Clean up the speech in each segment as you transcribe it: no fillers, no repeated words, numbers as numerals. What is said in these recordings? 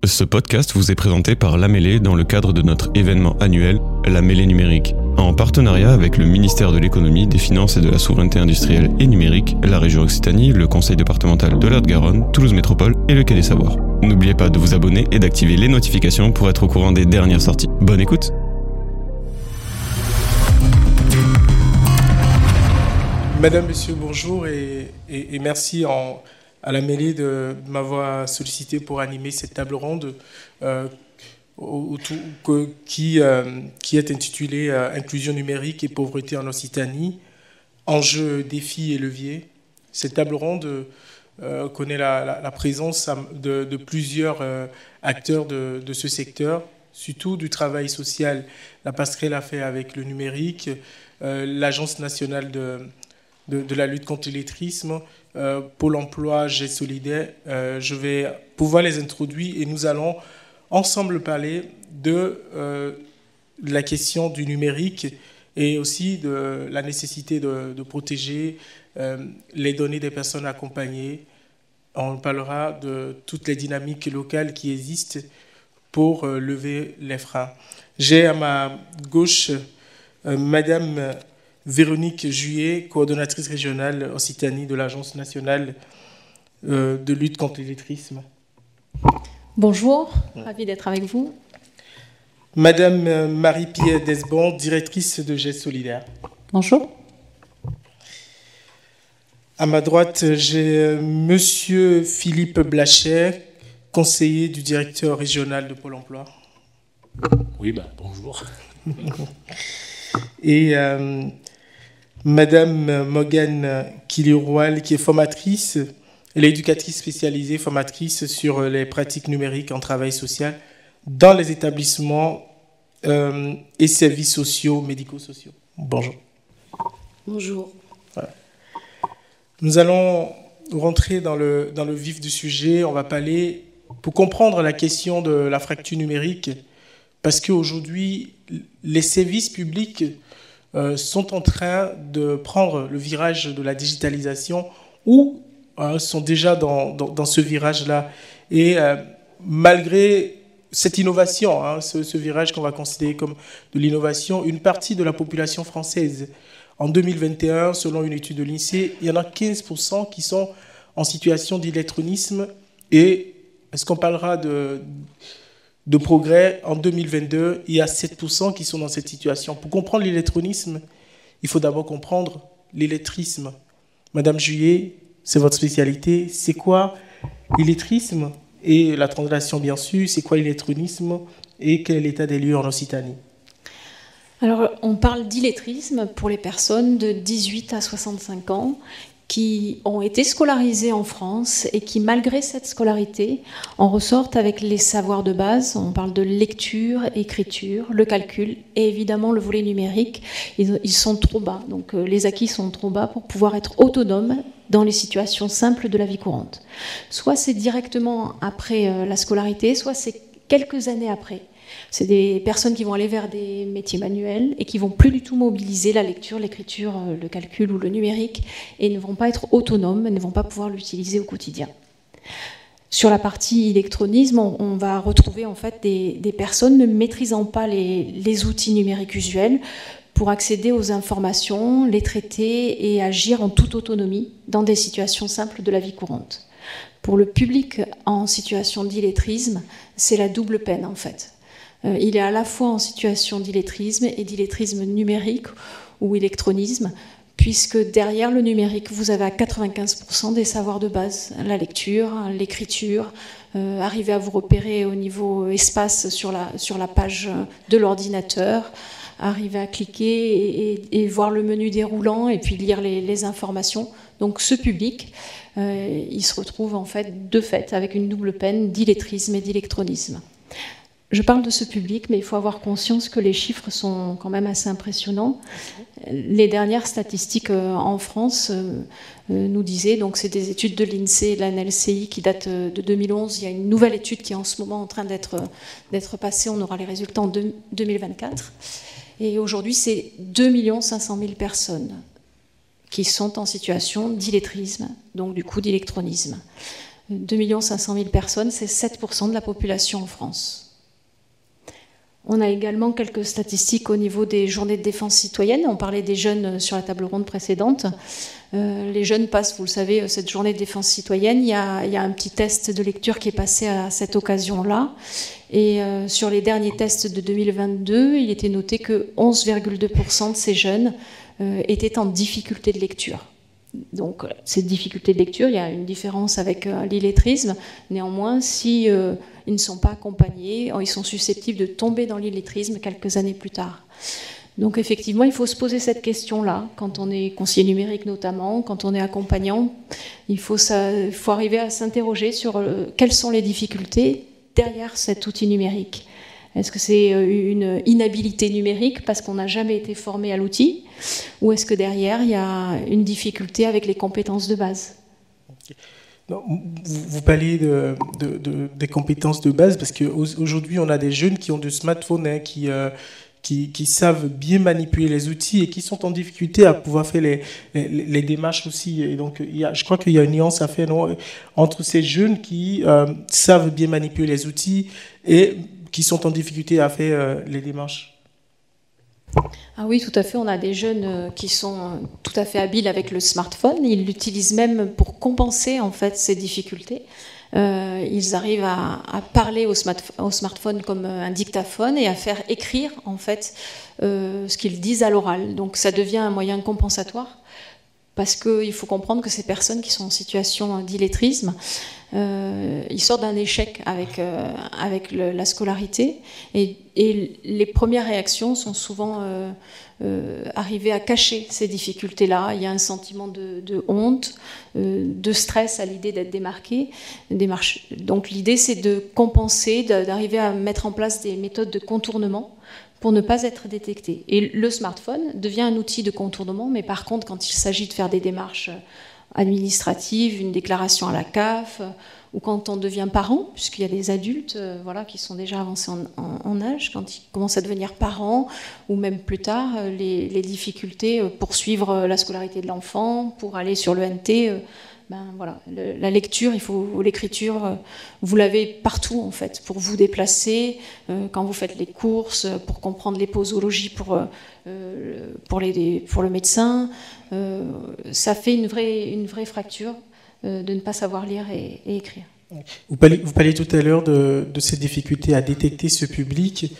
Ce podcast vous est présenté par La Mêlée dans le cadre de notre événement annuel, La Mêlée numérique. En partenariat avec le ministère de l'économie, des finances et de la souveraineté industrielle et numérique, la région Occitanie, le conseil départemental de Lot-et-Garonne, Toulouse Métropole et le Quai des Savoirs. N'oubliez pas de vous abonner et d'activer les notifications pour être au courant des dernières sorties. Bonne écoute! Madame, Monsieur, bonjour et merci à la Mêlée de m'avoir sollicité pour animer cette table ronde qui est intitulée Inclusion numérique et pauvreté en Occitanie, enjeux, défis et leviers. Cette table ronde connaît la présence de plusieurs acteurs de ce secteur, surtout du travail social. La passerelle a fait avec le numérique, l'Agence nationale de la lutte contre l'illettrisme, Pôle emploi, Geste solidaire. Je vais pouvoir les introduire et nous allons ensemble parler de la question du numérique et aussi de la nécessité de protéger les données des personnes accompagnées. On parlera de toutes les dynamiques locales qui existent pour lever les freins. J'ai à ma gauche Madame Véronique Juillet, coordonnatrice régionale Occitanie de l'Agence nationale de lutte contre l'illettrisme. Bonjour, ravie d'être avec vous. Madame Marie-Pierre Desbon, directrice de Geste solidaire. Bonjour. À ma droite, j'ai Monsieur Philippe Blachet, conseiller du directeur régional de Pôle emploi. Oui, bonjour. Et Madame Morgane Kiliroual, qui est formatrice, elle est éducatrice spécialisée, formatrice sur les pratiques numériques en travail social dans les établissements et services sociaux, médico-sociaux. Bonjour. Bonjour. Voilà. Nous allons rentrer dans le vif du sujet. On va parler, pour comprendre la question de la fracture numérique, parce qu'aujourd'hui, les services publics sont en train de prendre le virage de la digitalisation ou sont déjà dans ce virage-là. Et malgré cette innovation, ce virage qu'on va considérer comme de l'innovation, une partie de la population française, en 2021, selon une étude de l'INSEE, il y en a 15% qui sont en situation d'illettronisme. Et est-ce qu'on parlera de progrès en 2022, il y a 7% qui sont dans cette situation. Pour comprendre l'illettronisme, il faut d'abord comprendre l'illettrisme. Madame Juillet, c'est votre spécialité. C'est quoi l'illettrisme et la translation, bien sûr? C'est quoi l'illettronisme et quel est l'état des lieux en Occitanie? Alors, on parle d'illettrisme pour les personnes de 18 à 65 ans qui ont été scolarisés en France et qui, malgré cette scolarité, en ressortent avec les savoirs de base. On parle de lecture, écriture, le calcul et évidemment le volet numérique. Ils sont trop bas, donc les acquis sont trop bas pour pouvoir être autonomes dans les situations simples de la vie courante. Soit c'est directement après la scolarité, soit c'est quelques années après. C'est des personnes qui vont aller vers des métiers manuels et qui vont plus du tout mobiliser la lecture, l'écriture, le calcul ou le numérique et ne vont pas être autonomes, ne vont pas pouvoir l'utiliser au quotidien. Sur la partie électronisme, on va retrouver en fait des personnes ne maîtrisant pas les outils numériques usuels pour accéder aux informations, les traiter et agir en toute autonomie dans des situations simples de la vie courante. Pour le public en situation d'illettrisme, c'est la double peine en fait. Il est à la fois en situation d'illettrisme et d'illettrisme numérique ou électronisme, puisque derrière le numérique, vous avez à 95% des savoirs de base, la lecture, l'écriture, arriver à vous repérer au niveau espace sur la page de l'ordinateur, arriver à cliquer et voir le menu déroulant et puis lire les informations. Donc ce public, il se retrouve en fait de fait avec une double peine d'illettrisme et d'électronisme. Je parle de ce public, mais il faut avoir conscience que les chiffres sont quand même assez impressionnants. Les dernières statistiques en France nous disaient, donc c'est des études de l'INSEE et de la NLCI qui datent de 2011. Il y a une nouvelle étude qui est en ce moment en train d'être passée. On aura les résultats en 2024. Et aujourd'hui, c'est 2 500 000 personnes qui sont en situation d'illettrisme, donc du coup d'électronisme. 2 500 000 personnes, c'est 7% de la population en France. On a également quelques statistiques au niveau des journées de défense citoyenne. On parlait des jeunes sur la table ronde précédente. Les jeunes passent, vous le savez, cette journée de défense citoyenne. Il y a un petit test de lecture qui est passé à cette occasion-là. Et sur les derniers tests de 2022, il était noté que 11,2% de ces jeunes étaient en difficulté de lecture. Donc, cette difficulté de lecture, il y a une différence avec l'illettrisme. Néanmoins, si ils ne sont pas accompagnés, ils sont susceptibles de tomber dans l'illettrisme quelques années plus tard. Donc, effectivement, il faut se poser cette question-là, quand on est conseiller numérique notamment, quand on est accompagnant. Il faut arriver à s'interroger sur quelles sont les difficultés derrière cet outil numérique. Est-ce que c'est une inhabilité numérique parce qu'on n'a jamais été formé à l'outil, ou est-ce que derrière, il y a une difficulté avec les compétences de base? Non, vous parlez des compétences de base, parce qu'aujourd'hui, on a des jeunes qui ont des smartphones, hein, qui savent bien manipuler les outils et qui sont en difficulté à pouvoir faire les démarches aussi. Et donc, je crois qu'il y a une nuance à faire, non, entre ces jeunes qui savent bien manipuler les outils et qui sont en difficulté à faire les démarches. Ah oui, tout à fait. On a des jeunes qui sont tout à fait habiles avec le smartphone. Ils l'utilisent même pour compenser en fait ces difficultés. Ils arrivent à parler au smartphone comme un dictaphone et à faire écrire en fait ce qu'ils disent à l'oral. Donc ça devient un moyen compensatoire, parce qu'il faut comprendre que ces personnes qui sont en situation d'illettrisme, ils sortent d'un échec avec la scolarité, et les premières réactions sont souvent arriver à cacher ces difficultés-là. Il y a un sentiment de honte, de stress à l'idée d'être démarqué. Donc l'idée, c'est de compenser, d'arriver à mettre en place des méthodes de contournement pour ne pas être détecté. Et le smartphone devient un outil de contournement, mais par contre, quand il s'agit de faire des démarches administratives, une déclaration à la CAF, ou quand on devient parent, puisqu'il y a des adultes qui sont déjà avancés en âge, quand ils commencent à devenir parents, ou même plus tard, les difficultés pour suivre la scolarité de l'enfant, pour aller sur l'ENT, la lecture, l'écriture, vous l'avez partout en fait, pour vous déplacer, quand vous faites les courses, pour comprendre les posologies pour le médecin. Ça fait une vraie fracture de ne pas savoir lire et écrire. Vous parliez tout à l'heure de ces difficultés à détecter ce public.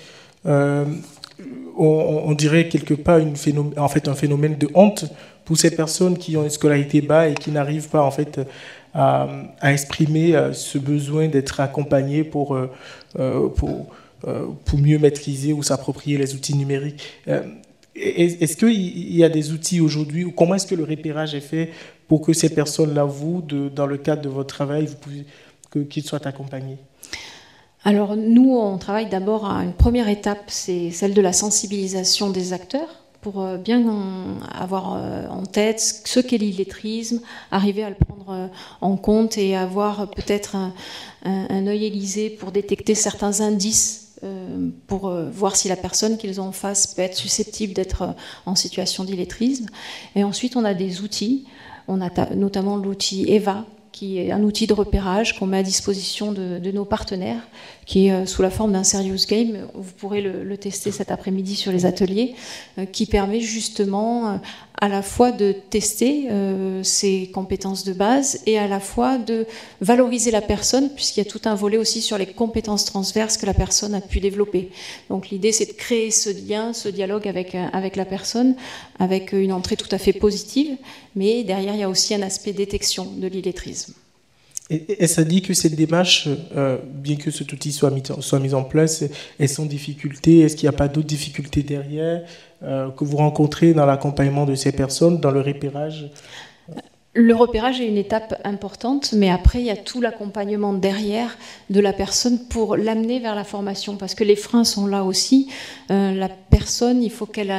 On dirait quelque part un phénomène de honte pour ces personnes qui ont une scolarité basse et qui n'arrivent pas en fait à exprimer ce besoin d'être accompagnées pour mieux maîtriser ou s'approprier les outils numériques. Est-ce qu'il y a des outils aujourd'hui, ou comment est-ce que le repérage est fait pour que ces personnes-là, dans le cadre de votre travail, qu'ils soient accompagnés? Alors nous, on travaille d'abord à une première étape, c'est celle de la sensibilisation des acteurs, pour bien avoir en tête ce qu'est l'illettrisme, arriver à le prendre en compte et avoir peut-être un œil aiguisé pour détecter certains indices, pour voir si la personne qu'ils ont en face peut être susceptible d'être en situation d'illettrisme. Et ensuite, on a des outils. On a notamment l'outil EVA, qui est un outil de repérage qu'on met à disposition de nos partenaires, qui est sous la forme d'un serious game. Vous pourrez le tester cet après-midi sur les ateliers, qui permet justement à la fois de tester ses compétences de base et à la fois de valoriser la personne, puisqu'il y a tout un volet aussi sur les compétences transverses que la personne a pu développer. Donc l'idée, c'est de créer ce lien, ce dialogue avec la personne, avec une entrée tout à fait positive, mais derrière, il y a aussi un aspect détection de l'illettrisme. Et ça dit que cette démarche, bien que cet outil soit mis en place, est sans difficulté. Est-ce qu'il n'y a pas d'autres difficultés derrière que vous rencontrez dans l'accompagnement de ces personnes, dans le repérage? Le repérage est une étape importante, mais après, il y a tout l'accompagnement derrière de la personne pour l'amener vers la formation, parce que les freins sont là aussi. La personne, il faut qu'elle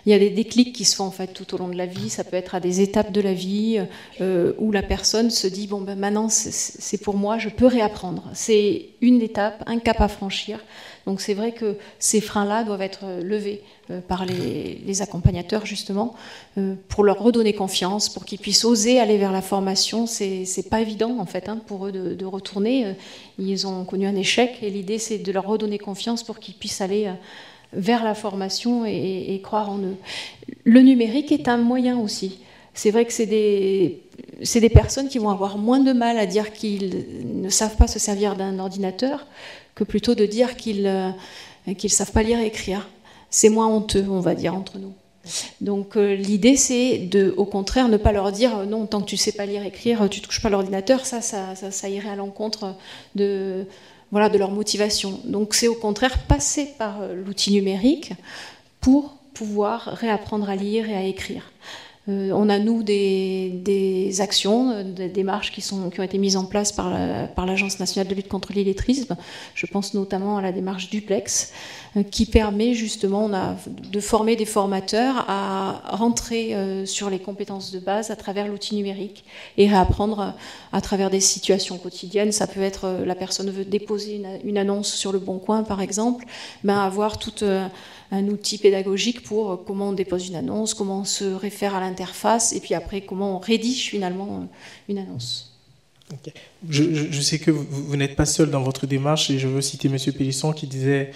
Il y a des déclics qui se font en fait tout au long de la vie. Ça peut être à des étapes de la vie où la personne se dit bon ben maintenant c'est pour moi, je peux réapprendre. C'est une étape, un cap à franchir. Donc c'est vrai que ces freins-là doivent être levés par les accompagnateurs justement pour leur redonner confiance, pour qu'ils puissent oser aller vers la formation. C'est pas évident en fait pour eux de retourner. Ils ont connu un échec et l'idée c'est de leur redonner confiance pour qu'ils puissent aller vers la formation et croire en eux. Le numérique est un moyen aussi. C'est vrai que c'est des personnes qui vont avoir moins de mal à dire qu'ils ne savent pas se servir d'un ordinateur que plutôt de dire qu'ils ne savent pas lire et écrire. C'est moins honteux, on va dire, entre nous. Donc l'idée, c'est au contraire, ne pas leur dire non, tant que tu ne sais pas lire et écrire, tu ne touches pas l'ordinateur, ça irait à l'encontre de leur motivation. Donc c'est au contraire passer par l'outil numérique pour pouvoir réapprendre à lire et à écrire. On a, nous, des actions, des démarches qui ont été mises en place par l'Agence nationale de lutte contre l'illettrisme. Je pense notamment à la démarche Duplex, qui permet justement de former des formateurs à rentrer sur les compétences de base à travers l'outil numérique et réapprendre à travers des situations quotidiennes. Ça peut être, la personne veut déposer une annonce sur le Bon Coin, par exemple, avoir toute un outil pédagogique pour comment on dépose une annonce, comment on se réfère à l'interface, et puis après comment on rédige finalement une annonce. Okay. Je sais que vous n'êtes pas seul dans votre démarche, et je veux citer M. Pélisson qui disait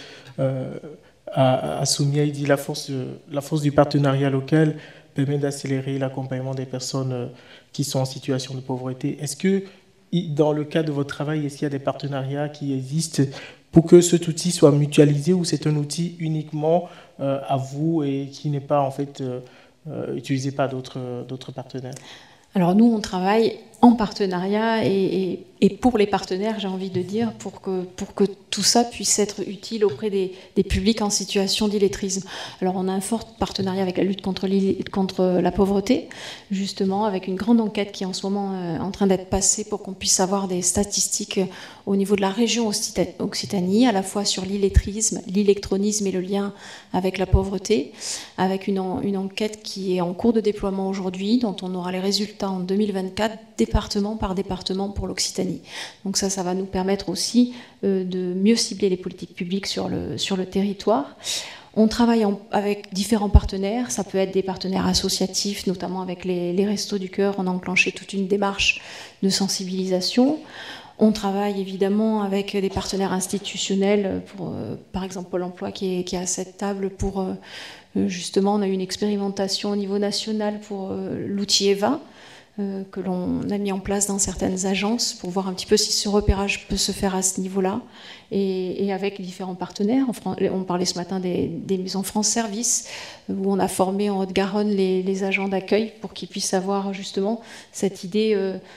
à Soumia, il dit la force du partenariat local permet d'accélérer l'accompagnement des personnes qui sont en situation de pauvreté. Est-ce que dans le cadre de votre travail, est-ce qu'il y a des partenariats qui existent pour que cet outil soit mutualisé, ou c'est un outil uniquement à vous et qui n'est pas en fait utilisé par d'autres partenaires? Alors nous, on travaille en partenariat et pour les partenaires, j'ai envie de dire, pour que tout ça puisse être utile auprès des publics en situation d'illettrisme. Alors on a un fort partenariat avec la lutte contre la pauvreté, justement, avec une grande enquête qui est en ce moment en train d'être passée pour qu'on puisse avoir des statistiques au niveau de la région Occitanie, à la fois sur l'illettrisme, l'électronisme et le lien avec la pauvreté, avec une enquête qui est en cours de déploiement aujourd'hui, dont on aura les résultats en 2024, département par département pour l'Occitanie. Donc ça va nous permettre aussi de mieux cibler les politiques publiques sur le territoire. On travaille avec différents partenaires, ça peut être des partenaires associatifs, notamment avec les Restos du Cœur. On a enclenché toute une démarche de sensibilisation. On travaille évidemment avec des partenaires institutionnels, par exemple Pôle emploi qui est à cette table pour justement, on a eu une expérimentation au niveau national pour l'outil EVA, que l'on a mis en place dans certaines agences pour voir un petit peu si ce repérage peut se faire à ce niveau-là, et avec différents partenaires. On parlait ce matin des maisons France Service, où on a formé en Haute-Garonne les agents d'accueil pour qu'ils puissent avoir justement cette idée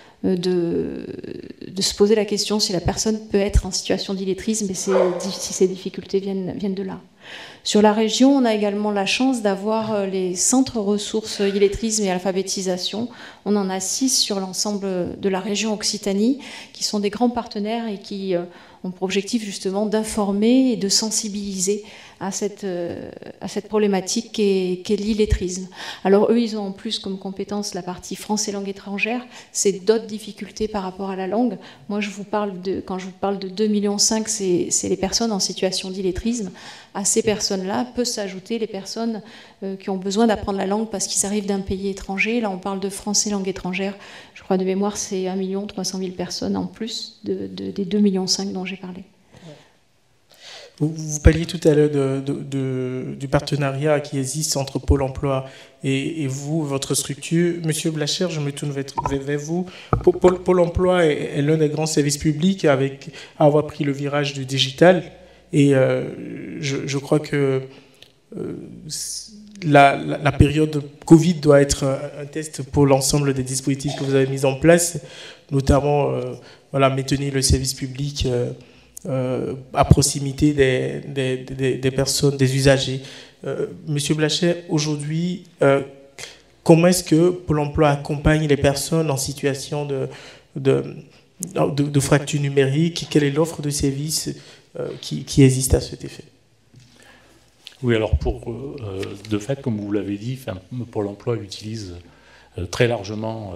de se poser la question si la personne peut être en situation d'illettrisme et si ces difficultés viennent de là. Sur la région, on a également la chance d'avoir les centres ressources illettrisme et alphabétisation. On en a 6 sur l'ensemble de la région Occitanie, qui sont des grands partenaires et qui ont pour objectif justement d'informer et de sensibiliser à cette problématique qu'est l'illettrisme. Alors eux, ils ont en plus comme compétence la partie français langue étrangère. C'est d'autres difficultés par rapport à la langue. Moi, quand je vous parle de 2,5 millions, c'est les personnes en situation d'illettrisme. À ces personnes-là peuvent s'ajouter les personnes qui ont besoin d'apprendre la langue parce qu'ils arrivent d'un pays étranger. Là, on parle de français langue étrangère. Je crois de mémoire, c'est 1 300 000 personnes en plus des 2,5 millions dont j'ai parlé. Vous parliez tout à l'heure du partenariat qui existe entre Pôle emploi et vous, votre structure. Monsieur Blacher, je me tourne vers vous. Pôle emploi est l'un des grands services publics à avoir pris le virage du digital. Et je crois que la période de Covid doit être un test pour l'ensemble des dispositifs que vous avez mis en place, notamment maintenir le service public à proximité des personnes, des usagers. Monsieur Blacher, aujourd'hui, comment est-ce que Pôle emploi accompagne les personnes en situation de fracture numérique? Quelle est l'offre de services qui existe à cet effet? Oui, alors de fait, comme vous l'avez dit, Pôle emploi utilise très largement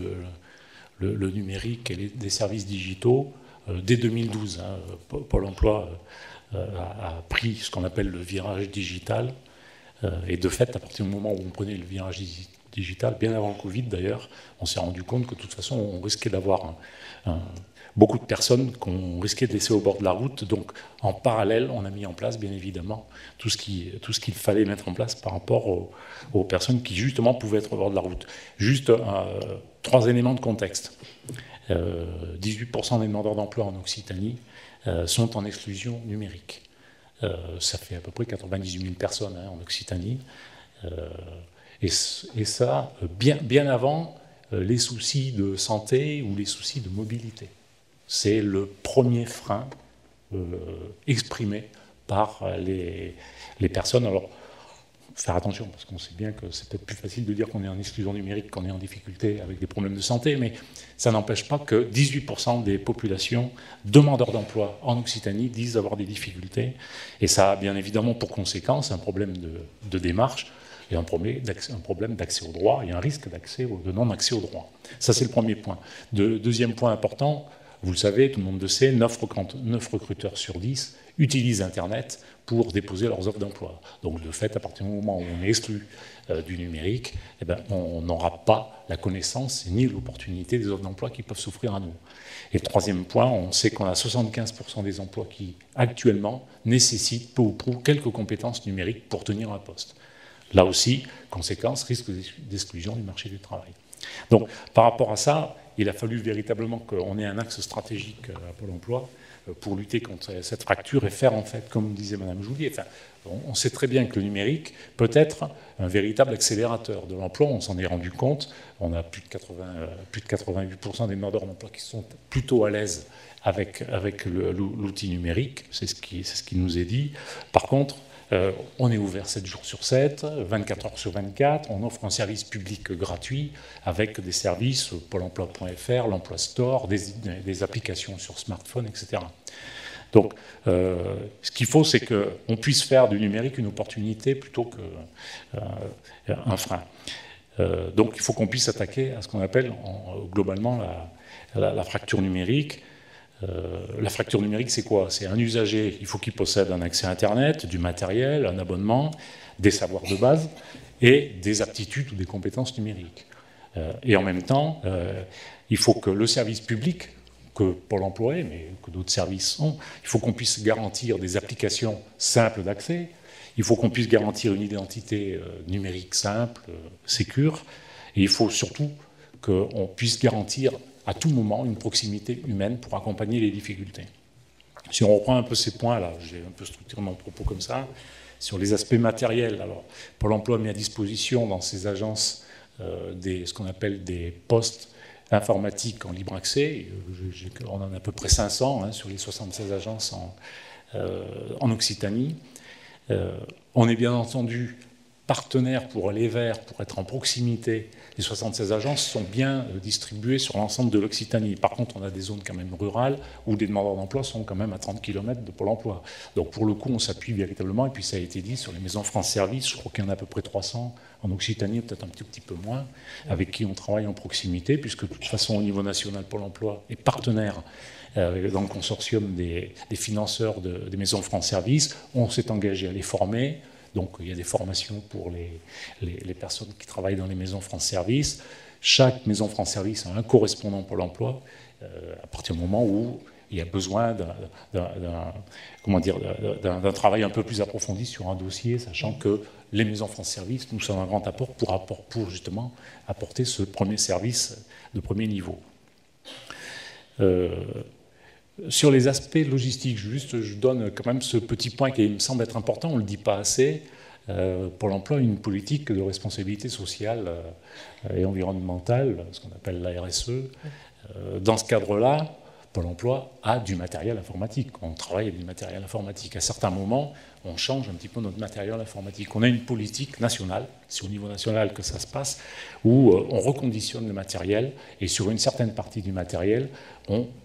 le numérique et des services digitaux dès 2012. Pôle emploi a pris ce qu'on appelle le virage digital. Et de fait, à partir du moment où on prenait le virage digital, bien avant le Covid d'ailleurs, on s'est rendu compte que de toute façon, on risquait d'avoir beaucoup de personnes qu'on risquait de laisser au bord de la route. Donc, en parallèle, on a mis en place, bien évidemment, tout ce qu'il fallait mettre en place par rapport aux personnes qui, justement, pouvaient être au bord de la route. Juste 3 éléments de contexte. 18% des demandeurs d'emploi en Occitanie sont en exclusion numérique. Ça fait à peu près 98 000 personnes en Occitanie. Et ça, bien avant les soucis de santé ou les soucis de mobilité. C'est le premier frein exprimé par les personnes. Alors, faire attention, parce qu'on sait bien que c'est peut-être plus facile de dire qu'on est en exclusion numérique qu'on est en difficulté avec des problèmes de santé, mais ça n'empêche pas que 18% des populations demandeurs d'emploi en Occitanie disent avoir des difficultés. Et ça a bien évidemment pour conséquence un problème de démarche et un problème d'accès au droit et un risque de non-accès au droit. Ça, c'est le premier point. Deuxième point important, vous le savez, tout le monde le sait, 9 recruteurs sur 10 utilisent Internet pour déposer leurs offres d'emploi. Donc, de fait, à partir du moment où on est exclu du numérique, on n'aura pas la connaissance ni l'opportunité des offres d'emploi qui peuvent s'offrir à nous. Et troisième point, on sait qu'on a 75% des emplois qui, actuellement, nécessitent peu ou prou quelques compétences numériques pour tenir un poste. Là aussi, conséquence, risque d'exclusion du marché du travail. Donc, par rapport à ça, il a fallu véritablement qu'on ait un axe stratégique à Pôle emploi pour lutter contre cette fracture et faire, en fait, comme disait Mme Joulier, on sait très bien que le numérique peut être un véritable accélérateur de l'emploi, on s'en est rendu compte, on a plus de 88% des demandeurs d'emploi qui sont plutôt à l'aise avec l'outil numérique, c'est ce qui nous est dit. Par contre, on est ouvert 7 jours sur 7, 24 heures sur 24, on offre un service public gratuit avec des services, Pôle emploi.fr, l'Emploi Store, des applications sur smartphone, etc. Donc, ce qu'il faut, c'est qu'on puisse faire du numérique une opportunité plutôt qu'un frein. Donc, il faut qu'on puisse attaquer à ce qu'on appelle globalement la fracture numérique. La fracture numérique, c'est quoi? C'est un usager, il faut qu'il possède un accès à Internet, du matériel, un abonnement, des savoirs de base et des aptitudes ou des compétences numériques. Et en même temps, il faut que le service public, que Pôle emploi est, mais que d'autres services ont, il faut qu'on puisse garantir des applications simples d'accès, il faut qu'on puisse garantir une identité numérique simple, sécure, et il faut surtout qu'on puisse garantir à tout moment une proximité humaine pour accompagner les difficultés. Si on reprend un peu ces points-là, j'ai un peu structuré mon propos comme ça, sur les aspects matériels, alors Pôle emploi met à disposition dans ses agences ce qu'on appelle des postes informatiques en libre accès, on en a à peu près 500 sur les 76 agences en Occitanie. On est bien entendu partenaires pour aller vers, pour être en proximité. Les 76 agences sont bien distribuées sur l'ensemble de l'Occitanie. Par contre, on a des zones quand même rurales où des demandeurs d'emploi sont quand même à 30 km de Pôle emploi. Donc pour le coup, on s'appuie véritablement, et puis ça a été dit, sur les maisons France Service, je crois qu'il y en a à peu près 300 en Occitanie, peut-être un petit peu moins, avec qui on travaille en proximité, puisque de toute façon, au niveau national, Pôle emploi est partenaire dans le consortium des financeurs des maisons France Service. On s'est engagé à les former. Donc il y a des formations pour les personnes qui travaillent dans les maisons France Service. Chaque maison France Service a un correspondant Pôle emploi à partir du moment où il y a besoin d'un travail un peu plus approfondi sur un dossier, sachant que les maisons France Service nous sont un grand apport pour justement apporter ce premier service de premier niveau. Sur les aspects logistiques, je donne quand même ce petit point qui me semble être important, on ne le dit pas assez. Pôle emploi a une politique de responsabilité sociale et environnementale, ce qu'on appelle la RSE. Dans ce cadre-là, Pôle emploi a du matériel informatique. On travaille avec du matériel informatique. À certains moments, on change un petit peu notre matériel informatique. On a une politique nationale, c'est au niveau national que ça se passe, où on reconditionne le matériel et sur une certaine partie du matériel, on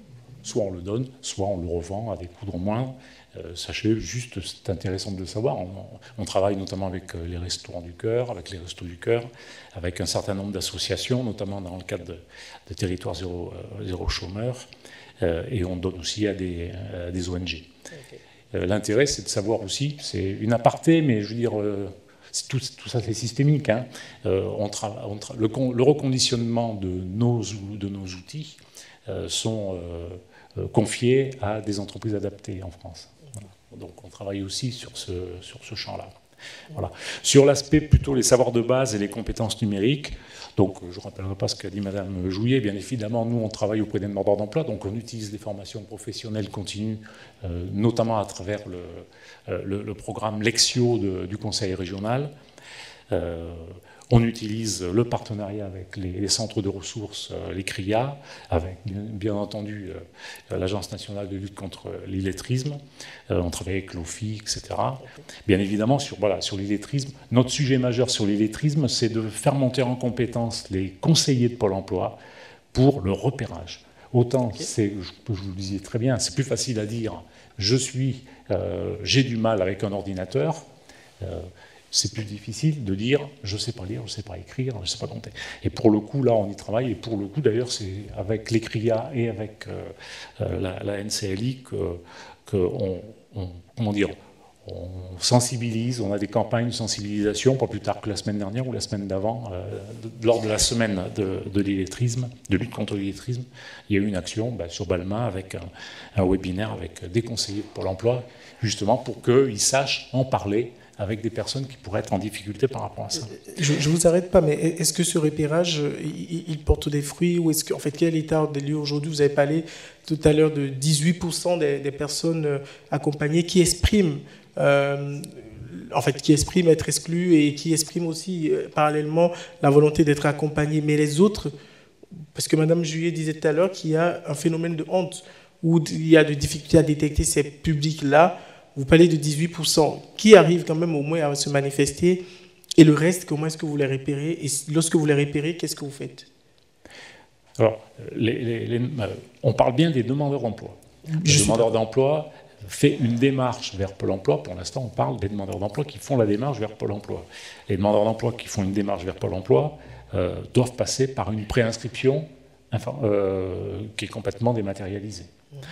soit on le donne, soit on le revend à des coûts de moindres. Sachez juste, c'est intéressant de le savoir, on travaille notamment avec les Restaurants du Cœur, avec les Restos du Cœur, avec un certain nombre d'associations, notamment dans le cadre de territoires zéro chômeur, et on donne aussi à des ONG. Okay. L'intérêt, c'est de savoir aussi, c'est une aparté, mais je veux dire, tout ça c'est systémique, hein. Le reconditionnement de nos outils sont confiés à des entreprises adaptées en France. Voilà. Donc on travaille aussi sur ce champ-là. Voilà. Sur l'aspect plutôt les savoirs de base et les compétences numériques, donc je ne rappellerai pas ce qu'a dit Madame Jouillet, bien évidemment, nous on travaille auprès des demandeurs d'emploi, donc on utilise des formations professionnelles continues, notamment à travers le programme Lexio du Conseil régional. On utilise le partenariat avec les centres de ressources, les CRIA, avec bien entendu l'Agence nationale de lutte contre l'illettrisme. On travaille avec l'OFI, etc. Bien évidemment, sur l'illettrisme, notre sujet majeur sur l'illettrisme, c'est de faire monter en compétence les conseillers de Pôle emploi pour le repérage. Autant, je vous le disais très bien, c'est plus facile à dire « j'ai du mal avec un ordinateur », c'est plus difficile de dire « je ne sais pas lire, je ne sais pas écrire, je ne sais pas compter ». Et pour le coup, là, on y travaille. Et pour le coup, d'ailleurs, c'est avec les CRIA et avec la NCLI qu'on sensibilise. On a des campagnes de sensibilisation, pas plus tard que la semaine dernière ou la semaine d'avant, lors de la semaine de l'illettrisme, de lutte contre l'illettrisme. Il y a eu une action sur Balma avec un webinaire avec des conseillers de Pôle emploi, justement pour qu'ils sachent en parler avec des personnes qui pourraient être en difficulté par rapport à ça. Je ne vous arrête pas, mais est-ce que ce repérage, il porte des fruits, ou est-ce qu'en fait, quel est l'état des lieux aujourd'hui? Vous avez parlé tout à l'heure de 18% des personnes accompagnées qui expriment, être exclues et qui expriment aussi parallèlement la volonté d'être accompagnées. Mais les autres, parce que Mme Juillet disait tout à l'heure qu'il y a un phénomène de honte, où il y a des difficultés à détecter ces publics-là. Vous parlez de 18% qui arrivent quand même au moins à se manifester, et le reste, comment est-ce que vous les repérez? Et lorsque vous les repérez, qu'est-ce que vous faites? Alors, on parle bien des demandeurs d'emploi. Le demandeur d'emploi fait une démarche vers Pôle emploi. Pour l'instant, on parle des demandeurs d'emploi qui font la démarche vers Pôle emploi. Les demandeurs d'emploi qui font une démarche vers Pôle emploi doivent passer par une préinscription qui est complètement dématérialisée.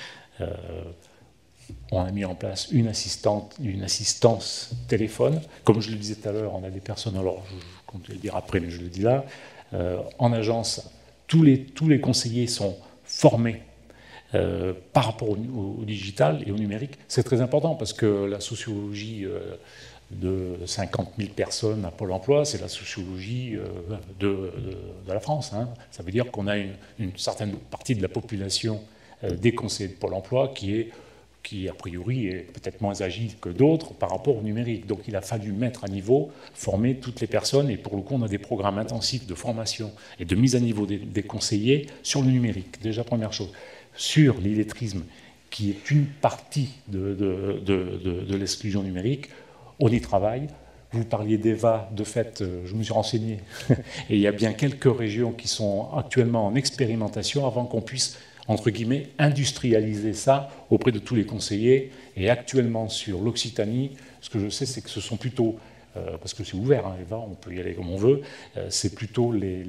On a mis en place une assistance téléphone. Comme je le disais tout à l'heure, on a des personnes, alors je compte le dire après, mais je le dis là, en agence, tous les conseillers sont formés par rapport au digital et au numérique. C'est très important parce que la sociologie de 50 000 personnes à Pôle emploi, c'est la sociologie de la France. Hein. Ça veut dire qu'on a une certaine partie de la population des conseillers de Pôle emploi qui a priori est peut-être moins agile que d'autres par rapport au numérique. Donc il a fallu mettre à niveau, former toutes les personnes, et pour le coup on a des programmes intensifs de formation et de mise à niveau des conseillers sur le numérique. Déjà première chose. Sur l'illettrisme, qui est une partie de l'exclusion numérique, on y travaille. Vous parliez d'EVA, de fait, je me suis renseigné, et il y a bien quelques régions qui sont actuellement en expérimentation avant qu'on puisse, entre guillemets, industrialiser ça auprès de tous les conseillers. Et actuellement, sur l'Occitanie, ce que je sais, c'est que ce sont plutôt, parce que c'est ouvert, hein, Eva, on peut y aller comme on veut, c'est plutôt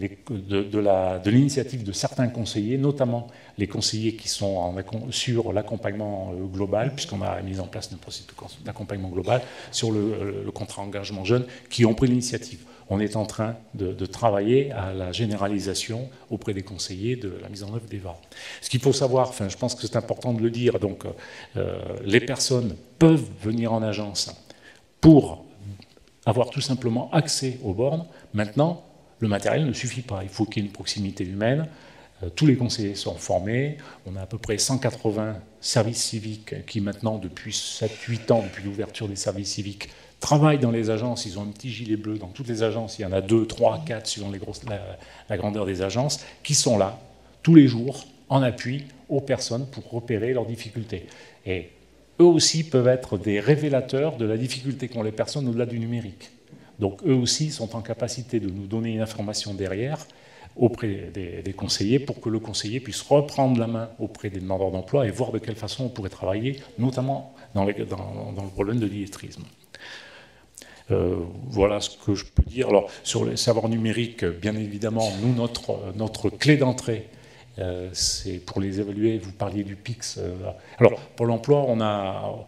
de l'initiative de certains conseillers, notamment les conseillers qui sont sur l'accompagnement global, puisqu'on a mis en place une procédure d'accompagnement global, sur le contrat engagement jeune, qui ont pris l'initiative. On est en train de travailler à la généralisation auprès des conseillers de la mise en œuvre d'EVA. Ce qu'il faut savoir, enfin, je pense que c'est important de le dire, donc les personnes peuvent venir en agence pour avoir tout simplement accès aux bornes. Maintenant, le matériel ne suffit pas. Il faut qu'il y ait une proximité humaine. Tous les conseillers sont formés. On a à peu près 180 services civiques qui maintenant, depuis 7-8 ans, depuis l'ouverture des services civiques, travaillent dans les agences. Ils ont un petit gilet bleu dans toutes les agences. Il y en a 2, 3, 4 suivant la grandeur des agences, qui sont là tous les jours en appui aux personnes pour repérer leurs difficultés. Et eux aussi peuvent être des révélateurs de la difficulté qu'ont les personnes au-delà du numérique. Donc eux aussi sont en capacité de nous donner une information derrière auprès des conseillers pour que le conseiller puisse reprendre la main auprès des demandeurs d'emploi et voir de quelle façon on pourrait travailler, notamment dans le problème de l'illettrisme. Voilà ce que je peux dire. Alors, sur les savoirs numériques, bien évidemment, nous, notre clé d'entrée, c'est pour les évaluer. Vous parliez du PIX. Alors, pour l'emploi, on a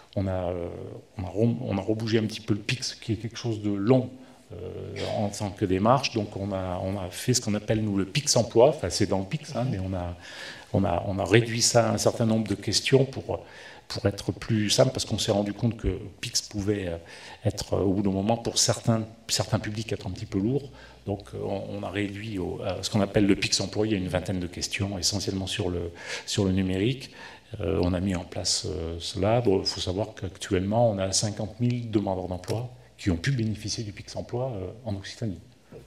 rebougé un petit peu le PIX, qui est quelque chose de long en tant que démarche. Donc, on a fait ce qu'on appelle, nous, le PIX emploi. Enfin, c'est dans le PIX, hein, mais on a réduit ça à un certain nombre de questions pour être plus simple, parce qu'on s'est rendu compte que PIX pouvait être, au bout d'un moment, pour certains publics, être un petit peu lourd. Donc on a réduit à ce qu'on appelle le PIX emploi. Il y a une vingtaine de questions, essentiellement sur le numérique. On a mis en place cela. Bon, il faut savoir qu'actuellement, on a 50 000 demandeurs d'emploi qui ont pu bénéficier du PIX emploi en Occitanie.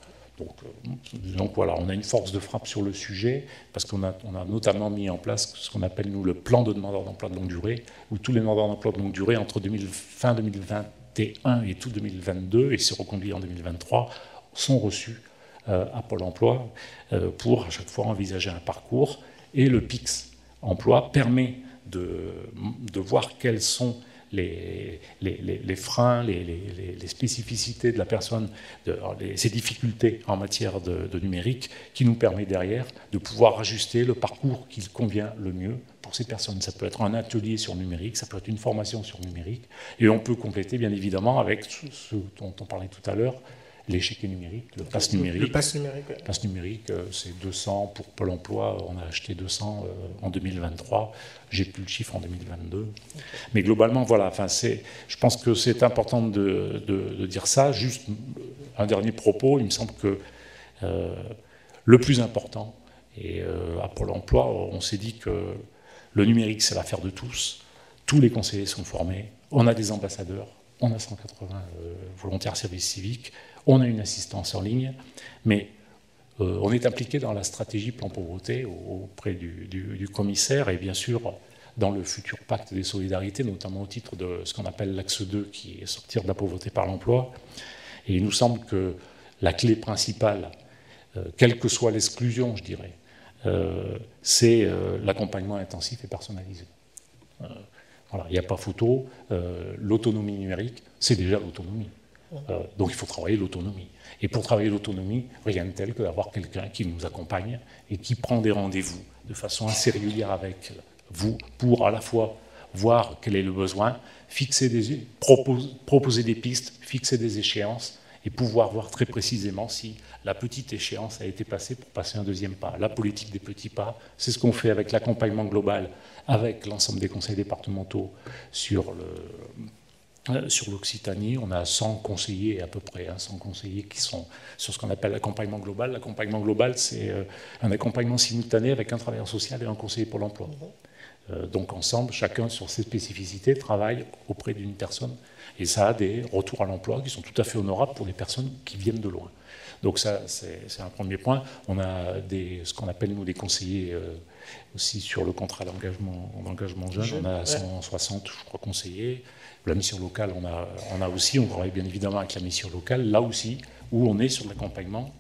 Donc voilà, on a une force de frappe sur le sujet, parce qu'on a notamment mis en place ce qu'on appelle, nous, le plan de demandeurs d'emploi de longue durée, où tous les demandeurs d'emploi de longue durée, entre fin 2021 et tout 2022, et c'est reconduit en 2023, sont reçus à Pôle emploi pour à chaque fois envisager un parcours. Et le PIX emploi permet de voir quels sont les freins, les spécificités de la personne, ses difficultés en matière de numérique, qui nous permet derrière de pouvoir ajuster le parcours qui convient le mieux pour ces personnes. Ça peut être un atelier sur le numérique, ça peut être une formation sur le numérique, et on peut compléter bien évidemment avec ce dont on parlait tout à l'heure, l'échiquier numérique, le pass numérique. Le pass numérique, oui. Le pass numérique, c'est 200 pour Pôle emploi. On a acheté 200 en 2023. J'ai plus le chiffre en 2022. Okay. Mais globalement, voilà. Enfin, je pense que c'est important de dire ça. Juste un dernier propos. Il me semble que le plus important, et à Pôle emploi, on s'est dit que le numérique, c'est l'affaire de tous. Tous les conseillers sont formés. On a des ambassadeurs. On a 180 volontaires service civique. On a une assistance en ligne, mais on est impliqué dans la stratégie plan pauvreté auprès du commissaire, et bien sûr dans le futur pacte des solidarités, notamment au titre de ce qu'on appelle l'axe 2, qui est sortir de la pauvreté par l'emploi. Et il nous semble que la clé principale, quelle que soit l'exclusion, je dirais, c'est l'accompagnement intensif et personnalisé. Voilà, il n'y a pas photo. L'autonomie numérique, c'est déjà l'autonomie. Donc il faut travailler l'autonomie. Et pour travailler l'autonomie, rien de tel que d'avoir quelqu'un qui nous accompagne et qui prend des rendez-vous de façon assez régulière avec vous pour à la fois voir quel est le besoin, proposer des pistes, fixer des échéances et pouvoir voir très précisément si la petite échéance a été passée pour passer un deuxième pas. La politique des petits pas, c'est ce qu'on fait avec l'accompagnement global, avec l'ensemble des conseils départementaux sur l'Occitanie. On a 100 conseillers à peu près, 100 conseillers qui sont sur ce qu'on appelle l'accompagnement global. L'accompagnement global, c'est un accompagnement simultané avec un travailleur social et un conseiller pour l'emploi. Donc ensemble, chacun sur ses spécificités travaille auprès d'une personne, et ça a des retours à l'emploi qui sont tout à fait honorables pour des personnes qui viennent de loin. Donc ça, c'est un premier point. On a ce qu'on appelle, nous, des conseillers aussi sur le contrat d'engagement jeune. On a 160, je crois, conseillers. La mission locale, on a aussi, on travaille bien évidemment avec la mission locale, là aussi, où on est sur l'accompagnement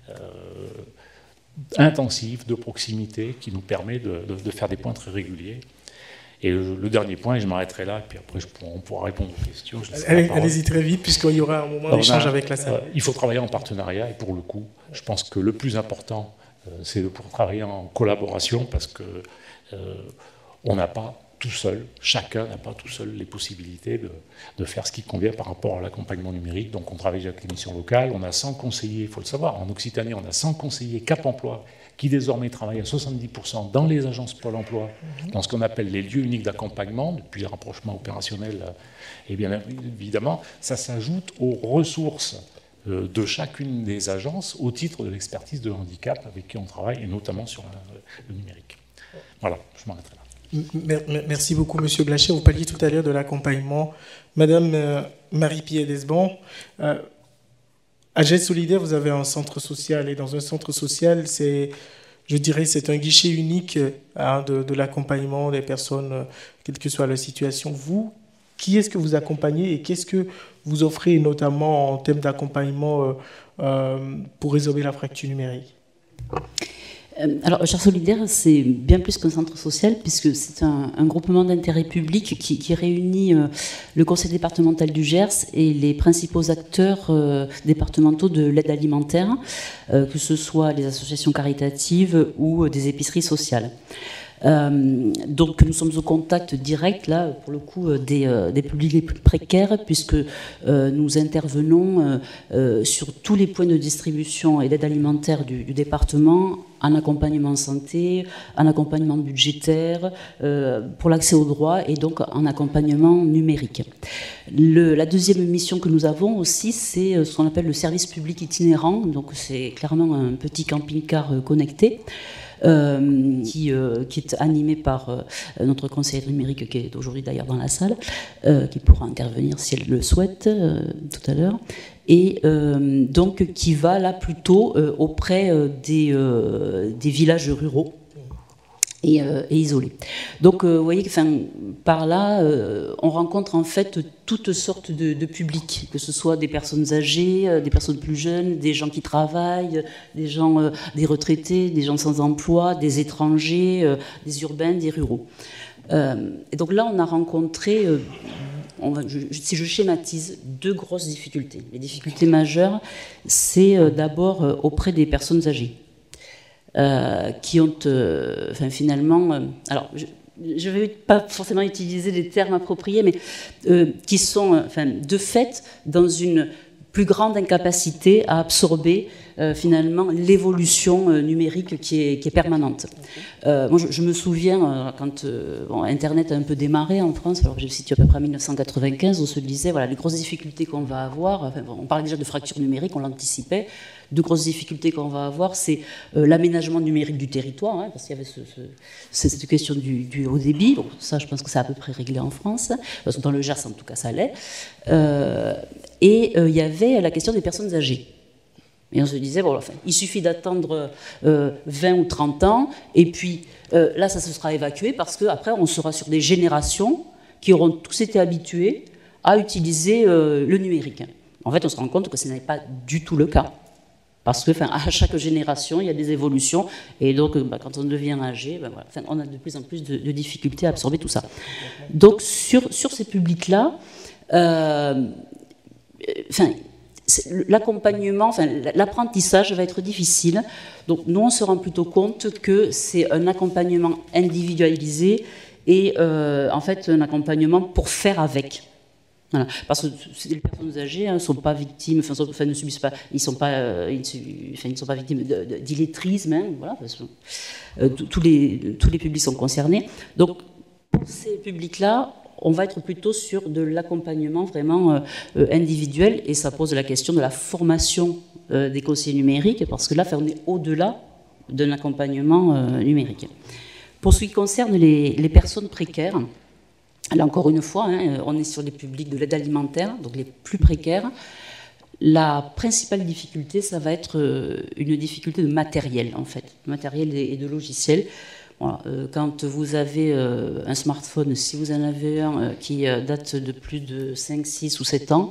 intensif, de proximité, qui nous permet de faire des points très réguliers. Et le dernier point, et je m'arrêterai là, et puis après on pourra répondre aux questions. Allez-y très vite, puisqu'il y aura un moment d'échange avec la salle. Il faut travailler en partenariat, et pour le coup, je pense que le plus important, c'est de pouvoir travailler en collaboration, parce qu'on n'a pas tout seul, chacun n'a pas tout seul les possibilités de faire ce qui convient par rapport à l'accompagnement numérique. Donc on travaille avec les missions locales, on a 100 conseillers, il faut le savoir, en Occitanie on a 100 conseillers Cap Emploi qui désormais travaillent à 70% dans les agences Pôle emploi, dans ce qu'on appelle les lieux uniques d'accompagnement, depuis les rapprochements opérationnels, et bien évidemment ça s'ajoute aux ressources de chacune des agences au titre de l'expertise de handicap avec qui on travaille, et notamment sur le numérique. Voilà, je m'arrêterai là. Merci beaucoup, Monsieur Blacher. Vous parliez tout à l'heure de l'accompagnement. Madame Marie-Pierre Desbon, à Geste Solidaire, vous avez un centre social, et dans un centre social, je dirais, c'est un guichet unique de l'accompagnement des personnes, quelle que soit leur situation. Vous, qui est-ce que vous accompagnez et qu'est-ce que vous offrez, notamment en termes d'accompagnement pour résorber la fracture numérique? Alors, Recherche solidaire, c'est bien plus qu'un centre social, puisque c'est un groupement d'intérêt public qui réunit le conseil départemental du Gers et les principaux acteurs départementaux de l'aide alimentaire, que ce soit les associations caritatives ou des épiceries sociales. Donc nous sommes au contact direct, là, pour le coup, des publics les plus précaires, puisque nous intervenons sur tous les points de distribution et d'aide alimentaire du département, en accompagnement santé, en accompagnement budgétaire, pour l'accès aux droits et donc en accompagnement numérique. La deuxième mission que nous avons aussi, c'est ce qu'on appelle le service public itinérant, donc c'est clairement un petit camping-car connecté. Qui est animé par notre conseillère numérique, qui est aujourd'hui d'ailleurs dans la salle, qui pourra intervenir si elle le souhaite tout à l'heure, et donc qui va là plutôt auprès des villages ruraux et isolés. Donc vous voyez que par là, on rencontre en fait toutes sortes de publics, que ce soit des personnes âgées, des personnes plus jeunes, des gens qui travaillent, des gens, des retraités, des gens sans emploi, des étrangers, des urbains, des ruraux. Et donc là, on a rencontré, si je schématise, deux grosses difficultés. Les difficultés majeures, c'est d'abord auprès des personnes âgées. Qui ont finalement... alors, je ne vais pas forcément utiliser des termes appropriés, mais qui sont de fait dans une plus grande incapacité à absorber finalement l'évolution numérique qui est permanente. Moi, je me souviens quand Internet a un peu démarré en France, alors je situe à peu près en 1995, on se disait voilà les grosses difficultés qu'on va avoir. On parlait déjà de fracture numérique, on l'anticipait. Deux grosses difficultés qu'on va avoir, c'est l'aménagement numérique du territoire, parce qu'il y avait cette question du haut débit. Bon, ça, je pense que c'est à peu près réglé en France. Parce que dans le Gers, en tout cas, ça l'est. Et il y avait la question des personnes âgées. Et on se disait, il suffit d'attendre 20 ou 30 ans, et puis là, ça se sera évacué, parce qu'après, on sera sur des générations qui auront tous été habituées à utiliser le numérique. En fait, on se rend compte que ce n'est pas du tout le cas. Parce que, à chaque génération, il y a des évolutions, et donc, quand on devient âgé, on a de plus en plus de difficultés à absorber tout ça. Donc, sur ces publics-là, l'accompagnement, l'apprentissage va être difficile. Donc, nous, on se rend plutôt compte que c'est un accompagnement individualisé et, en fait, un accompagnement pour faire avec. Voilà. Parce que les personnes âgées ne sont pas victimes, ne subissent pas, ils ne sont pas victimes d'illettrisme, voilà, parce que, tous les publics sont concernés. Donc, pour ces publics-là, on va être plutôt sur de l'accompagnement vraiment individuel, et ça pose la question de la formation des conseillers numériques, parce que là, on est au-delà d'un accompagnement numérique. Pour ce qui concerne les personnes précaires, là, encore une fois, on est sur les publics de l'aide alimentaire, donc les plus précaires. La principale difficulté, ça va être une difficulté de matériel, en fait, de matériel et de logiciel. Voilà, quand vous avez un smartphone, si vous en avez un qui date de plus de 5, 6 ou 7 ans,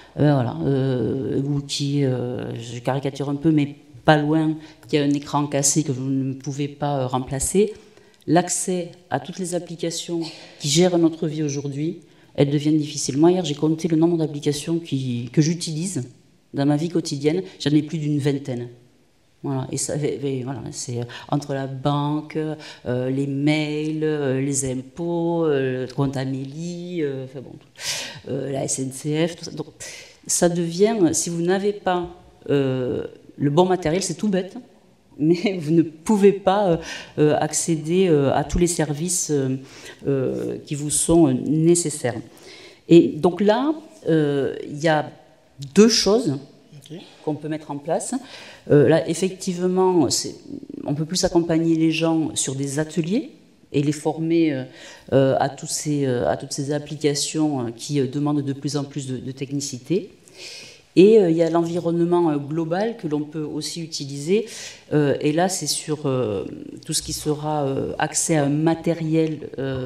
ou qui, je caricature un peu, mais pas loin, qui a un écran cassé que vous ne pouvez pas remplacer, l'accès à toutes les applications qui gèrent notre vie aujourd'hui, elles deviennent difficiles. Moi, hier, j'ai compté le nombre d'applications que j'utilise dans ma vie quotidienne. J'en ai plus d'une vingtaine. Voilà. Et ça, voilà, c'est entre la banque, les mails, les impôts, le compte Amélie, la SNCF, tout ça. Donc, ça devient, si vous n'avez pas le bon matériel, c'est tout bête, mais vous ne pouvez pas accéder à tous les services qui vous sont nécessaires. Et donc là, il y a deux choses qu'on peut mettre en place. Là, effectivement, on peut plus accompagner les gens sur des ateliers et les former à toutes ces applications qui demandent de plus en plus de technicité. Et il y a l'environnement global que l'on peut aussi utiliser. Et là, c'est sur tout ce qui sera accès à un matériel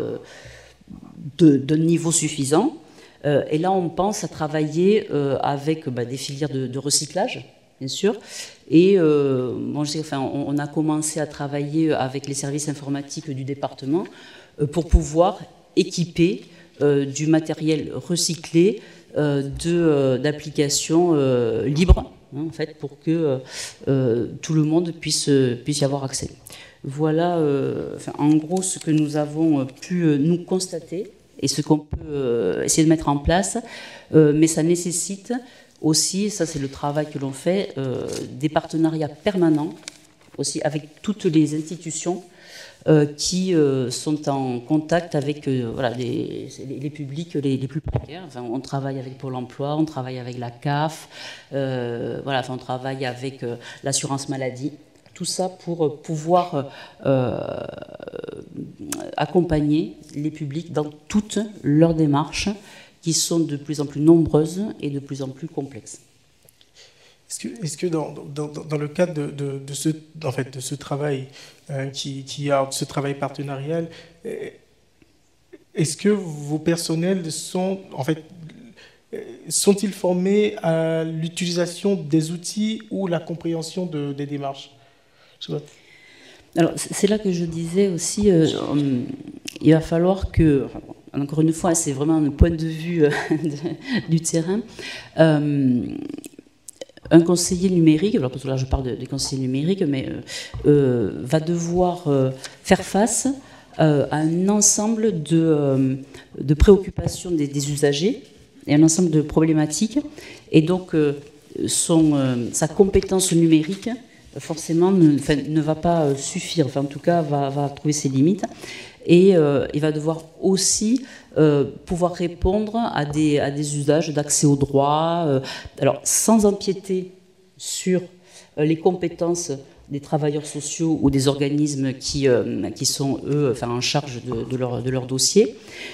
d'un niveau suffisant. Et là, on pense à travailler avec des filières de recyclage. bien sûr. Et on a commencé à travailler avec les services informatiques du département pour pouvoir équiper du matériel recyclé d'applications libres, en fait, pour que tout le monde puisse y avoir accès. Voilà, en gros, ce que nous avons pu nous constater et ce qu'on peut essayer de mettre en place, mais ça nécessite aussi, ça c'est le travail que l'on fait, des partenariats permanents aussi avec toutes les institutions qui sont en contact avec les publics les plus précaires. Enfin, on travaille avec Pôle emploi, on travaille avec la CAF, on travaille avec l'assurance maladie. Tout ça pour pouvoir accompagner les publics dans toutes leurs démarches qui sont de plus en plus nombreuses et de plus en plus complexes. Est-ce que dans le cadre de ce travail ce travail partenarial, est-ce que vos personnels sont-ils formés à l'utilisation des outils ou la compréhension des démarches? Alors, c'est là que je disais aussi, il va falloir que, encore une fois, c'est vraiment un point de vue du terrain, un conseiller numérique, alors parce que là je parle des conseillers numériques, mais va devoir faire face à un ensemble de préoccupations des usagers et un ensemble de problématiques. Et donc, sa compétence numérique, forcément, ne va pas suffire. Enfin, en tout cas, va trouver ses limites. Et il va devoir aussi pouvoir répondre à des usages d'accès aux droits, alors sans empiéter sur les compétences des travailleurs sociaux ou des organismes qui sont, eux, en charge de leur dossier.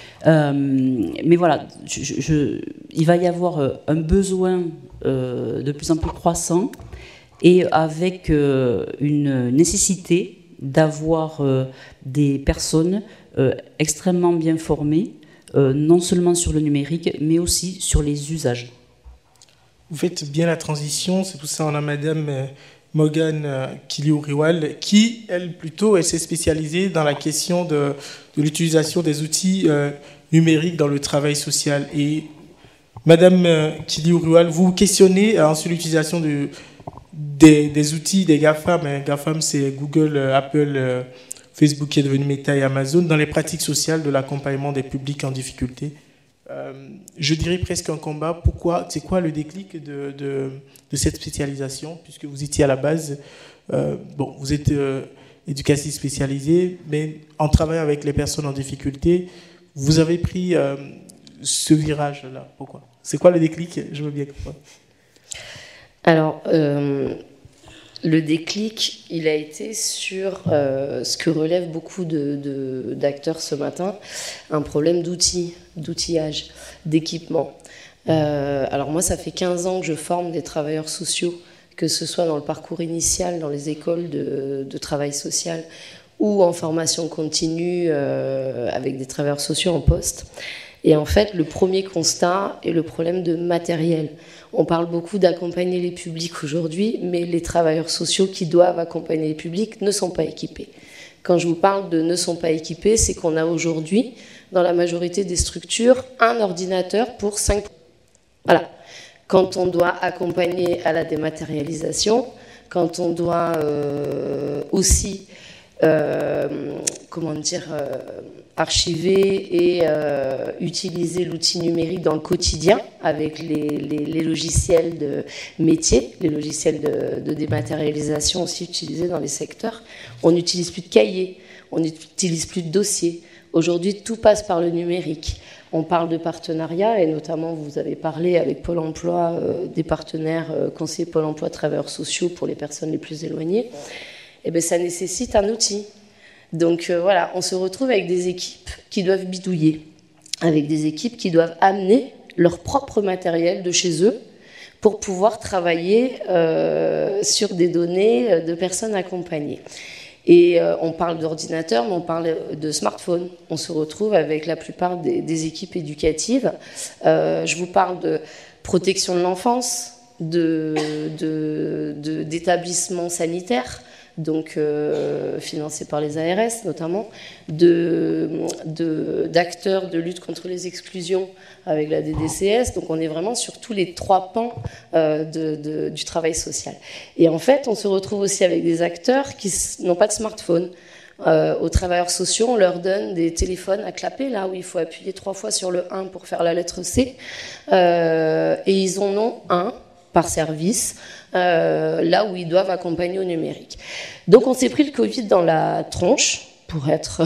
Mais voilà, il va y avoir un besoin de plus en plus croissant et avec une nécessité d'avoir des personnes extrêmement bien formées, non seulement sur le numérique, mais aussi sur les usages. Vous faites bien la transition, c'est tout ça. On a Madame Morgane Kiliou-Riwal, qui, elle, plutôt, elle s'est spécialisée dans la question de l'utilisation des outils numériques dans le travail social. Et Madame Kiliou-Riwal, vous questionnez sur l'utilisation des outils des GAFAM. GAFAM, c'est Google, Apple, Facebook qui est devenu Meta et Amazon, dans les pratiques sociales de l'accompagnement des publics en difficulté. Je dirais presque un combat. Pourquoi? C'est quoi le déclic de cette spécialisation, puisque vous étiez à la base, vous êtes éducatrice spécialisée, mais en travaillant avec les personnes en difficulté, vous avez pris ce virage-là. Pourquoi? C'est quoi le déclic? Je veux bien comprendre. Alors, le déclic, il a été sur ce que relèvent beaucoup d'acteurs ce matin, un problème d'outillage, d'équipement. Alors moi, ça fait 15 ans que je forme des travailleurs sociaux, que ce soit dans le parcours initial, dans les écoles de travail social, ou en formation continue avec des travailleurs sociaux en poste. Et en fait, le premier constat est le problème de matériel. On parle beaucoup d'accompagner les publics aujourd'hui, mais les travailleurs sociaux qui doivent accompagner les publics ne sont pas équipés. Quand je vous parle de ne sont pas équipés, c'est qu'on a aujourd'hui, dans la majorité des structures, un ordinateur pour 5. Voilà. Quand on doit accompagner à la dématérialisation, quand on doit aussi, archiver et utiliser l'outil numérique dans le quotidien avec les logiciels de métier, les logiciels de dématérialisation aussi utilisés dans les secteurs. On n'utilise plus de cahiers, on n'utilise plus de dossiers. Aujourd'hui, tout passe par le numérique. On parle de partenariat et notamment, vous avez parlé avec Pôle emploi, des partenaires conseillers Pôle emploi, travailleurs sociaux pour les personnes les plus éloignées. Eh bien, ça nécessite un outil. Donc voilà, on se retrouve avec des équipes qui doivent bidouiller, avec des équipes qui doivent amener leur propre matériel de chez eux pour pouvoir travailler sur des données de personnes accompagnées. Et on parle d'ordinateur, mais on parle de smartphone. On se retrouve avec la plupart des équipes éducatives. Je vous parle de protection de l'enfance, d'établissements sanitaires, donc financés par les ARS notamment, d'acteurs de lutte contre les exclusions avec la DDCS. Donc on est vraiment sur tous les 3 pans du travail social. Et en fait, on se retrouve aussi avec des acteurs qui n'ont pas de smartphone. Aux travailleurs sociaux, on leur donne des téléphones à clapper, là où il faut appuyer 3 fois sur le 1 pour faire la lettre C. Et ils en ont un par service, là où ils doivent accompagner au numérique. Donc on s'est pris le Covid dans la tronche, pour être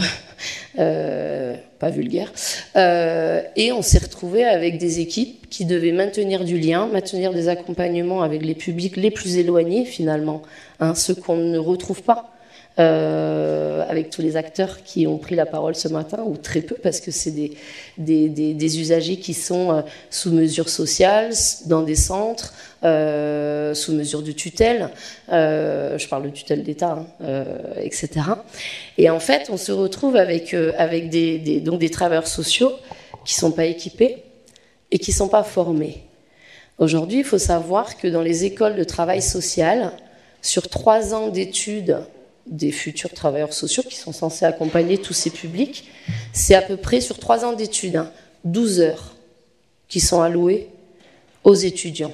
pas vulgaire, et on s'est retrouvé avec des équipes qui devaient maintenir du lien, maintenir des accompagnements avec les publics les plus éloignés finalement, ceux qu'on ne retrouve pas. Avec tous les acteurs qui ont pris la parole ce matin, ou très peu, parce que c'est des usagers qui sont sous mesure sociale, dans des centres, sous mesure de tutelle, je parle de tutelle d'État, etc. Et en fait, on se retrouve avec donc des travailleurs sociaux qui ne sont pas équipés et qui ne sont pas formés. Aujourd'hui, il faut savoir que dans les écoles de travail social, sur 3 ans d'études des futurs travailleurs sociaux qui sont censés accompagner tous ces publics, c'est à peu près sur 3 ans d'études, 12 heures qui sont allouées aux étudiants.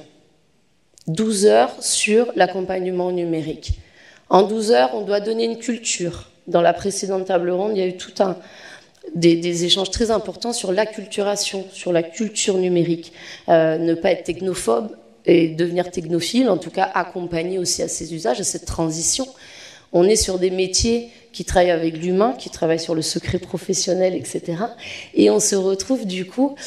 12 heures sur l'accompagnement numérique. En 12 heures, on doit donner une culture. Dans la précédente table ronde, il y a eu des échanges très importants sur l'acculturation, sur la culture numérique. Ne pas être technophobe et devenir technophile, en tout cas accompagner aussi à ces usages, à cette transition. On est sur des métiers qui travaillent avec l'humain, qui travaillent sur le secret professionnel, etc. Et on se retrouve du coup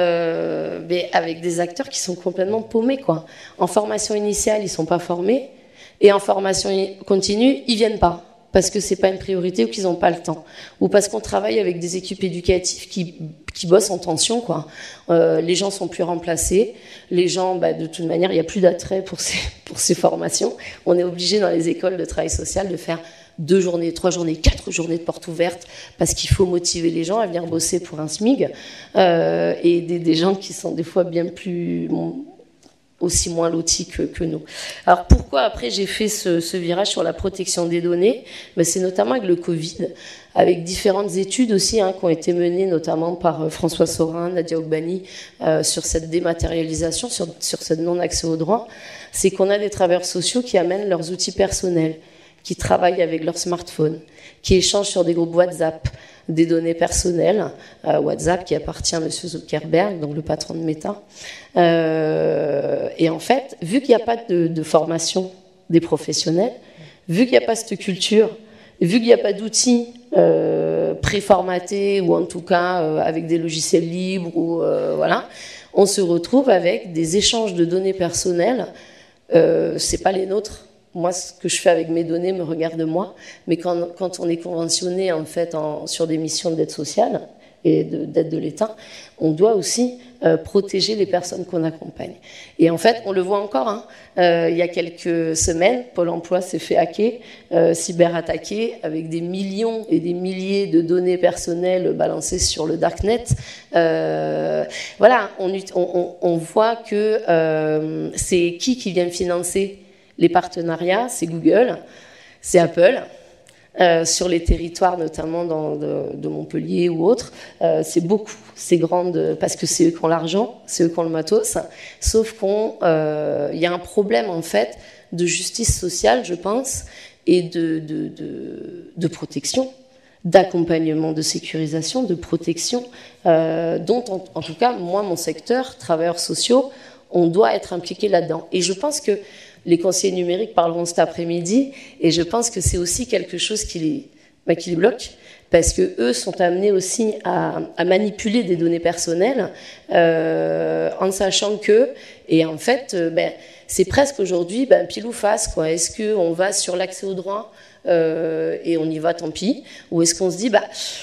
avec des acteurs qui sont complètement paumés, quoi. En formation initiale, ils sont pas formés, et en formation continue, ils viennent pas parce que c'est pas une priorité ou qu'ils n'ont pas le temps, ou parce qu'on travaille avec des équipes éducatives qui bossent en tension, quoi. Les gens sont plus remplacés, les gens, de toute manière, il n'y a plus d'attrait pour ces formations. On est obligé dans les écoles de travail social de faire 2 journées, 3 journées, 4 journées de portes ouvertes, parce qu'il faut motiver les gens à venir bosser pour un SMIG, et des gens qui sont des fois bien plus... aussi moins lotis que nous. Alors pourquoi après j'ai fait ce virage sur la protection des données? C'est notamment avec le Covid, avec différentes études aussi qui ont été menées notamment par François Saurin, Nadia Ogbani, sur cette dématérialisation, sur cette non-accès aux droits. C'est qu'on a des travailleurs sociaux qui amènent leurs outils personnels, qui travaillent avec leur smartphone, qui échangent sur des groupes WhatsApp, des données personnelles, WhatsApp qui appartient à M. Zuckerberg, donc le patron de Meta. Et en fait, vu qu'il n'y a pas de formation des professionnels, vu qu'il n'y a pas cette culture, vu qu'il n'y a pas d'outils préformatés, ou en tout cas avec des logiciels libres, ou voilà, on se retrouve avec des échanges de données personnelles. C'est pas les nôtres. Moi, ce que je fais avec mes données me regarde moi, mais quand on est conventionné en fait sur des missions d'aide sociale et d'aide de l'État, on doit aussi protéger les personnes qu'on accompagne. Et en fait, on le voit encore. Il y a quelques semaines, Pôle emploi s'est fait hacker, cyberattaquer, avec des millions et des milliers de données personnelles balancées sur le darknet. Voilà, on voit que c'est qui vient financer les partenariats, c'est Google, c'est Apple. Sur les territoires, notamment de Montpellier ou autres, c'est beaucoup, c'est grande, parce que c'est eux qui ont l'argent, c'est eux qui ont le matos. Sauf qu'il y a un problème en fait de justice sociale, je pense, et de protection, d'accompagnement, de sécurisation, de protection, dont en tout cas, moi, mon secteur, travailleurs sociaux, on doit être impliqué là-dedans. Et je pense que les conseillers numériques parleront cet après-midi, et je pense que c'est aussi quelque chose qui les bloque, parce que eux sont amenés aussi à manipuler des données personnelles, en sachant que, et en fait, c'est presque aujourd'hui pile ou face, quoi. Est-ce qu'on va sur l'accès aux droits et on y va, tant pis, ou est-ce qu'on se dit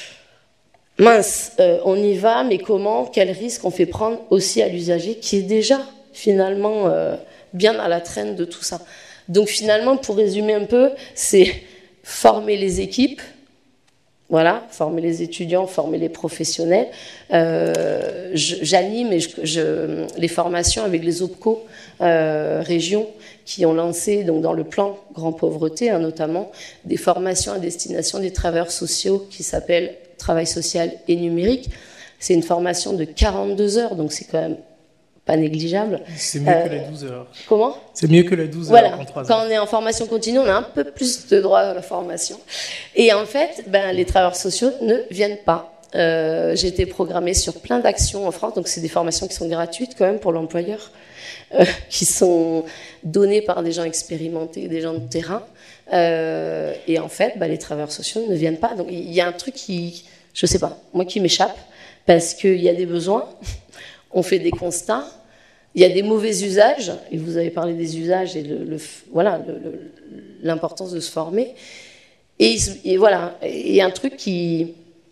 mince, on y va, mais comment, quel risque on fait prendre aussi à l'usager qui est déjà finalement bien à la traîne de tout ça. Donc finalement, pour résumer un peu, c'est former les équipes, Voilà, former les étudiants, former les professionnels. J'anime les formations avec les OPCO régions qui ont lancé donc, dans le plan Grand Pauvreté, notamment, des formations à destination des travailleurs sociaux qui s'appellent Travail social et numérique. C'est une formation de 42 heures, donc c'est quand même pas négligeable. C'est mieux que les 12 heures. Comment ? C'est mieux que les 12 voilà. heures en 3 heures. Quand on est en formation continue, on a un peu plus de droits à la formation. Et en fait, les travailleurs sociaux ne viennent pas. J'ai été programmée sur plein d'actions en France, donc c'est des formations qui sont gratuites quand même pour l'employeur, qui sont données par des gens expérimentés, des gens de terrain. Et en fait, les travailleurs sociaux ne viennent pas. Donc il y a un truc qui, je sais pas, moi qui m'échappe, parce qu'il y a des besoins, on fait des constats, il y a des mauvais usages, et vous avez parlé des usages et l'importance de se former. Et voilà, et un truc qui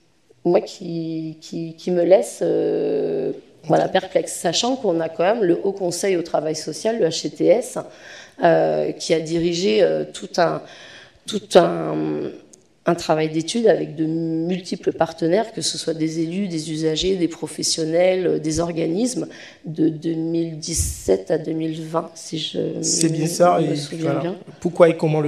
me laisse perplexe, sachant qu'on a quand même le Haut Conseil au travail social, le HCTS, qui a dirigé tout un travail d'étude avec de multiples partenaires, que ce soit des élus, des usagers, des professionnels, des organismes, de 2017 à 2020, si je C'est bien ça, me souviens bien. Pourquoi et comment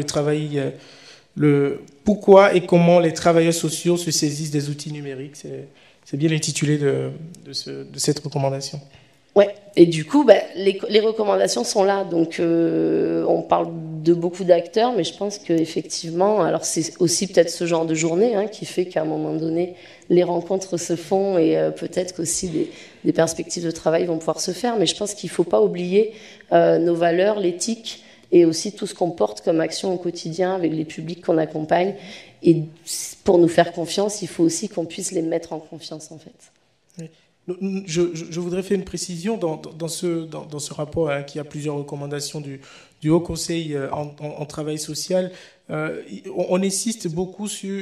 pourquoi et comment les travailleurs sociaux se saisissent des outils numériques, c'est bien l'intitulé de cette recommandation. Ouais, et du coup, les recommandations sont là. Donc, on parle de beaucoup d'acteurs, mais je pense qu'effectivement, alors c'est aussi peut-être ce genre de journée qui fait qu'à un moment donné, les rencontres se font et peut-être qu'aussi des perspectives de travail vont pouvoir se faire. Mais je pense qu'il ne faut pas oublier nos valeurs, l'éthique et aussi tout ce qu'on porte comme action au quotidien avec les publics qu'on accompagne. Et pour nous faire confiance, il faut aussi qu'on puisse les mettre en confiance, en fait. Oui. Je voudrais faire une précision dans ce rapport qui a plusieurs recommandations du Haut Conseil en travail social. On insiste beaucoup sur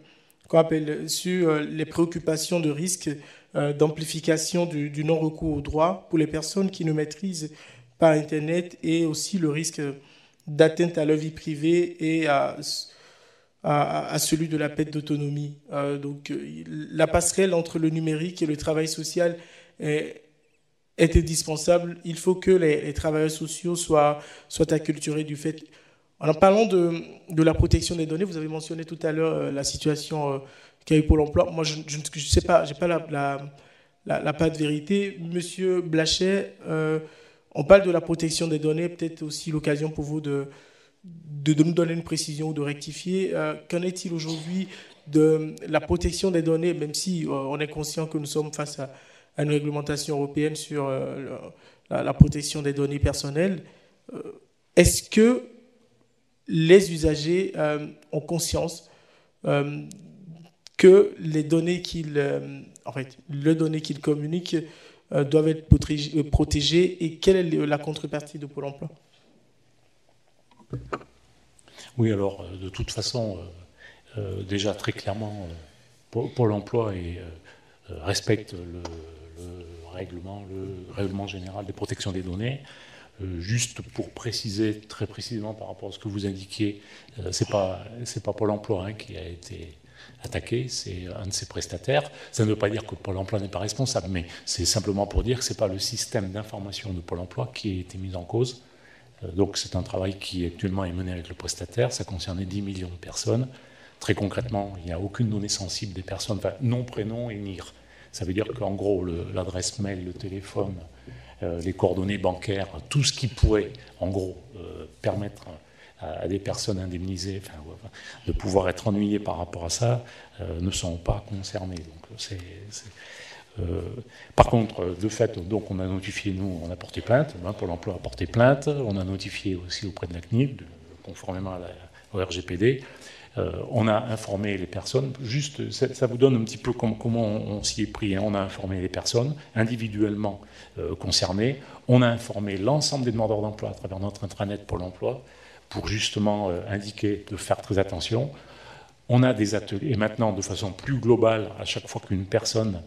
les préoccupations de risque d'amplification du non-recours aux droits pour les personnes qui ne maîtrisent pas Internet et aussi le risque d'atteinte à leur vie privée et à celui de la perte d'autonomie. Donc, la passerelle entre le numérique et le travail social est indispensable. Il faut que les travailleurs sociaux soient acculturés du fait. En parlant de la protection des données, vous avez mentionné tout à l'heure la situation qu'a eu Pôle emploi. Moi, je ne sais pas, je n'ai pas la part de vérité. Monsieur Blachet, on parle de la protection des données, peut-être aussi l'occasion pour vous de nous donner une précision ou de rectifier. Qu'en est-il aujourd'hui de la protection des données, même si on est conscient que nous sommes face à une réglementation européenne sur la protection des données personnelles. Est-ce que les usagers ont conscience que les données les données qu'ils communiquent doivent être protégées et quelle est la contrepartie de Pôle emploi ? Oui, alors, de toute façon, déjà très clairement, Pôle emploi respecte le règlement général des protections des données. Juste pour préciser très précisément par rapport à ce que vous indiquiez, c'est pas Pôle emploi qui a été attaqué, c'est un de ses prestataires. Ça ne veut pas dire que Pôle emploi n'est pas responsable, mais c'est simplement pour dire que ce n'est pas le système d'information de Pôle emploi qui a été mis en cause. Donc c'est un travail qui actuellement est mené avec le prestataire, ça concernait 10 millions de personnes. Très concrètement, il n'y a aucune donnée sensible des personnes, enfin nom, prénom et NIR. Ça veut dire qu'en gros, l'adresse mail, le téléphone, les coordonnées bancaires, tout ce qui pourrait en gros permettre à des personnes indemnisées de pouvoir être ennuyées par rapport à ça, ne sont pas concernées. Donc par contre, de fait, donc on a notifié, nous, on a porté plainte, Pôle emploi a porté plainte, on a notifié aussi auprès de la CNIL, conformément au RGPD, on a informé les personnes, juste, ça vous donne un petit peu comment on s'y est pris, on a informé les personnes individuellement concernées, on a informé l'ensemble des demandeurs d'emploi à travers notre intranet Pôle emploi, pour justement indiquer de faire très attention. On a des ateliers, et maintenant de façon plus globale, à chaque fois qu'une personne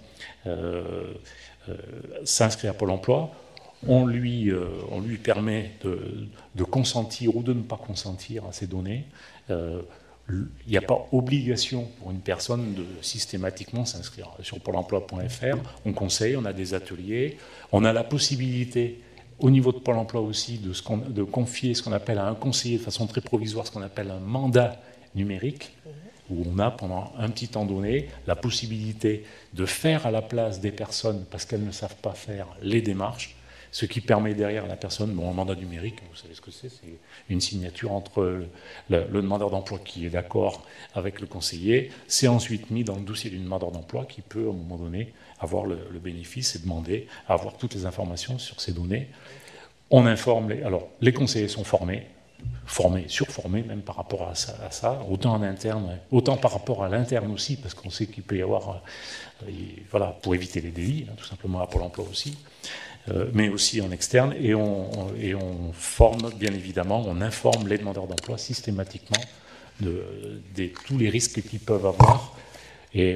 s'inscrit à Pôle emploi, on lui permet de consentir ou de ne pas consentir à ces données. il n'y a pas obligation pour une personne de systématiquement s'inscrire. Sur Pôle emploi.fr, on conseille, on a des ateliers, on a la possibilité, au niveau de Pôle emploi aussi, de confier ce qu'on appelle à un conseiller de façon très provisoire, ce qu'on appelle un mandat numérique, où on a pendant un petit temps donné la possibilité de faire à la place des personnes, parce qu'elles ne savent pas faire les démarches, ce qui permet derrière à la personne, un mandat numérique, vous savez ce que c'est une signature entre le demandeur d'emploi qui est d'accord avec le conseiller, c'est ensuite mis dans le dossier du demandeur d'emploi qui peut, à un moment donné, avoir le bénéfice et demander à avoir toutes les informations sur ces données. On informe, les conseillers sont formés, surformés même par rapport à ça, autant en interne, autant par rapport à l'interne aussi, parce qu'on sait qu'il peut y avoir, pour éviter les délits, tout simplement à Pôle emploi aussi, mais aussi en externe, et on forme, bien évidemment, on informe les demandeurs d'emploi systématiquement de tous les risques qu'ils peuvent avoir, et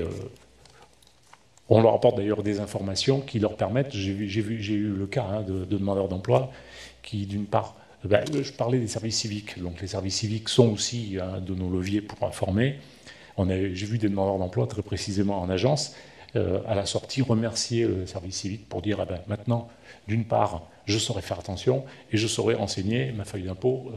on leur apporte d'ailleurs des informations qui leur permettent, j'ai eu le cas de demandeurs d'emploi qui, d'une part, je parlais des services civiques, donc les services civiques sont aussi un de nos leviers pour informer. J'ai vu des demandeurs d'emploi très précisément en agence, à la sortie, remercier le service civique pour dire maintenant, d'une part, je saurai faire attention et je saurai renseigner ma feuille d'impôt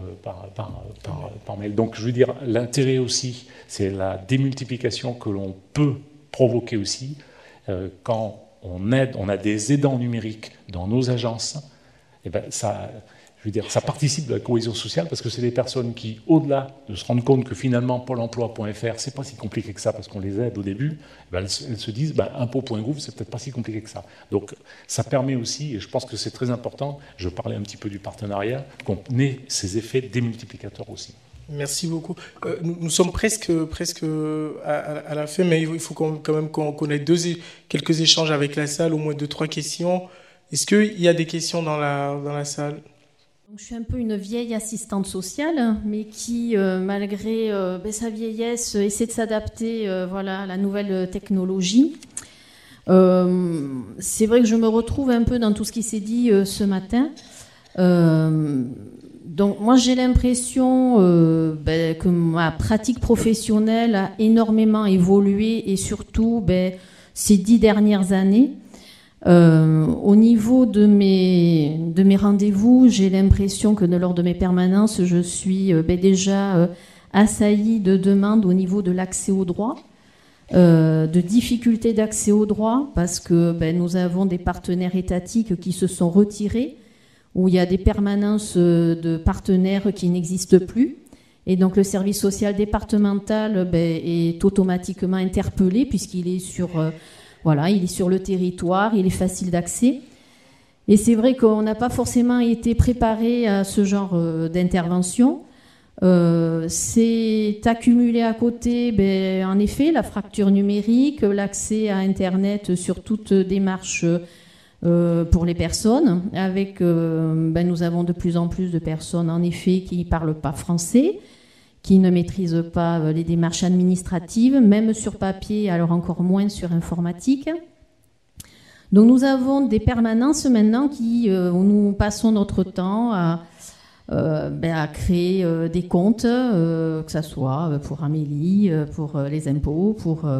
par mail. Donc, je veux dire, l'intérêt aussi, c'est la démultiplication que l'on peut provoquer aussi quand on a des aidants numériques dans nos agences. Et ça participe de la cohésion sociale parce que c'est des personnes qui, au-delà de se rendre compte que finalement Pôle emploi.fr, c'est pas si compliqué que ça parce qu'on les aide au début, elles se disent impôt.gouv, c'est peut-être pas si compliqué que ça. Donc ça permet aussi, et je pense que c'est très important, je parlais un petit peu du partenariat, qu'on ait ces effets démultiplicateurs aussi. Merci beaucoup. Nous sommes presque à la fin, mais il faut quand même qu'on ait quelques échanges avec la salle, au moins 2-3 questions. Est-ce qu'il y a des questions dans la salle ? Je suis un peu une vieille assistante sociale, mais qui, malgré sa vieillesse, essaie de s'adapter à la nouvelle technologie. C'est vrai que je me retrouve un peu dans tout ce qui s'est dit ce matin. Donc moi, j'ai l'impression que ma pratique professionnelle a énormément évolué et surtout ces 10 dernières années. Au niveau de mes rendez-vous, j'ai l'impression que lors de mes permanences, je suis déjà assaillie de demandes au niveau de l'accès au droit, de difficultés d'accès au droit, parce que nous avons des partenaires étatiques qui se sont retirés, où il y a des permanences de partenaires qui n'existent plus. Et donc le service social départemental est automatiquement interpellé puisqu'il est sur... il est sur le territoire, il est facile d'accès. Et c'est vrai qu'on n'a pas forcément été préparé à ce genre d'intervention. C'est accumulé à côté, en effet, la fracture numérique, l'accès à Internet sur toute démarche pour les personnes. Avec, nous avons de plus en plus de personnes, en effet, qui ne parlent pas français, qui ne maîtrisent pas les démarches administratives, même sur papier, alors encore moins sur informatique. Donc nous avons des permanences maintenant où nous passons notre temps à créer des comptes, que ce soit pour Amélie, pour les impôts,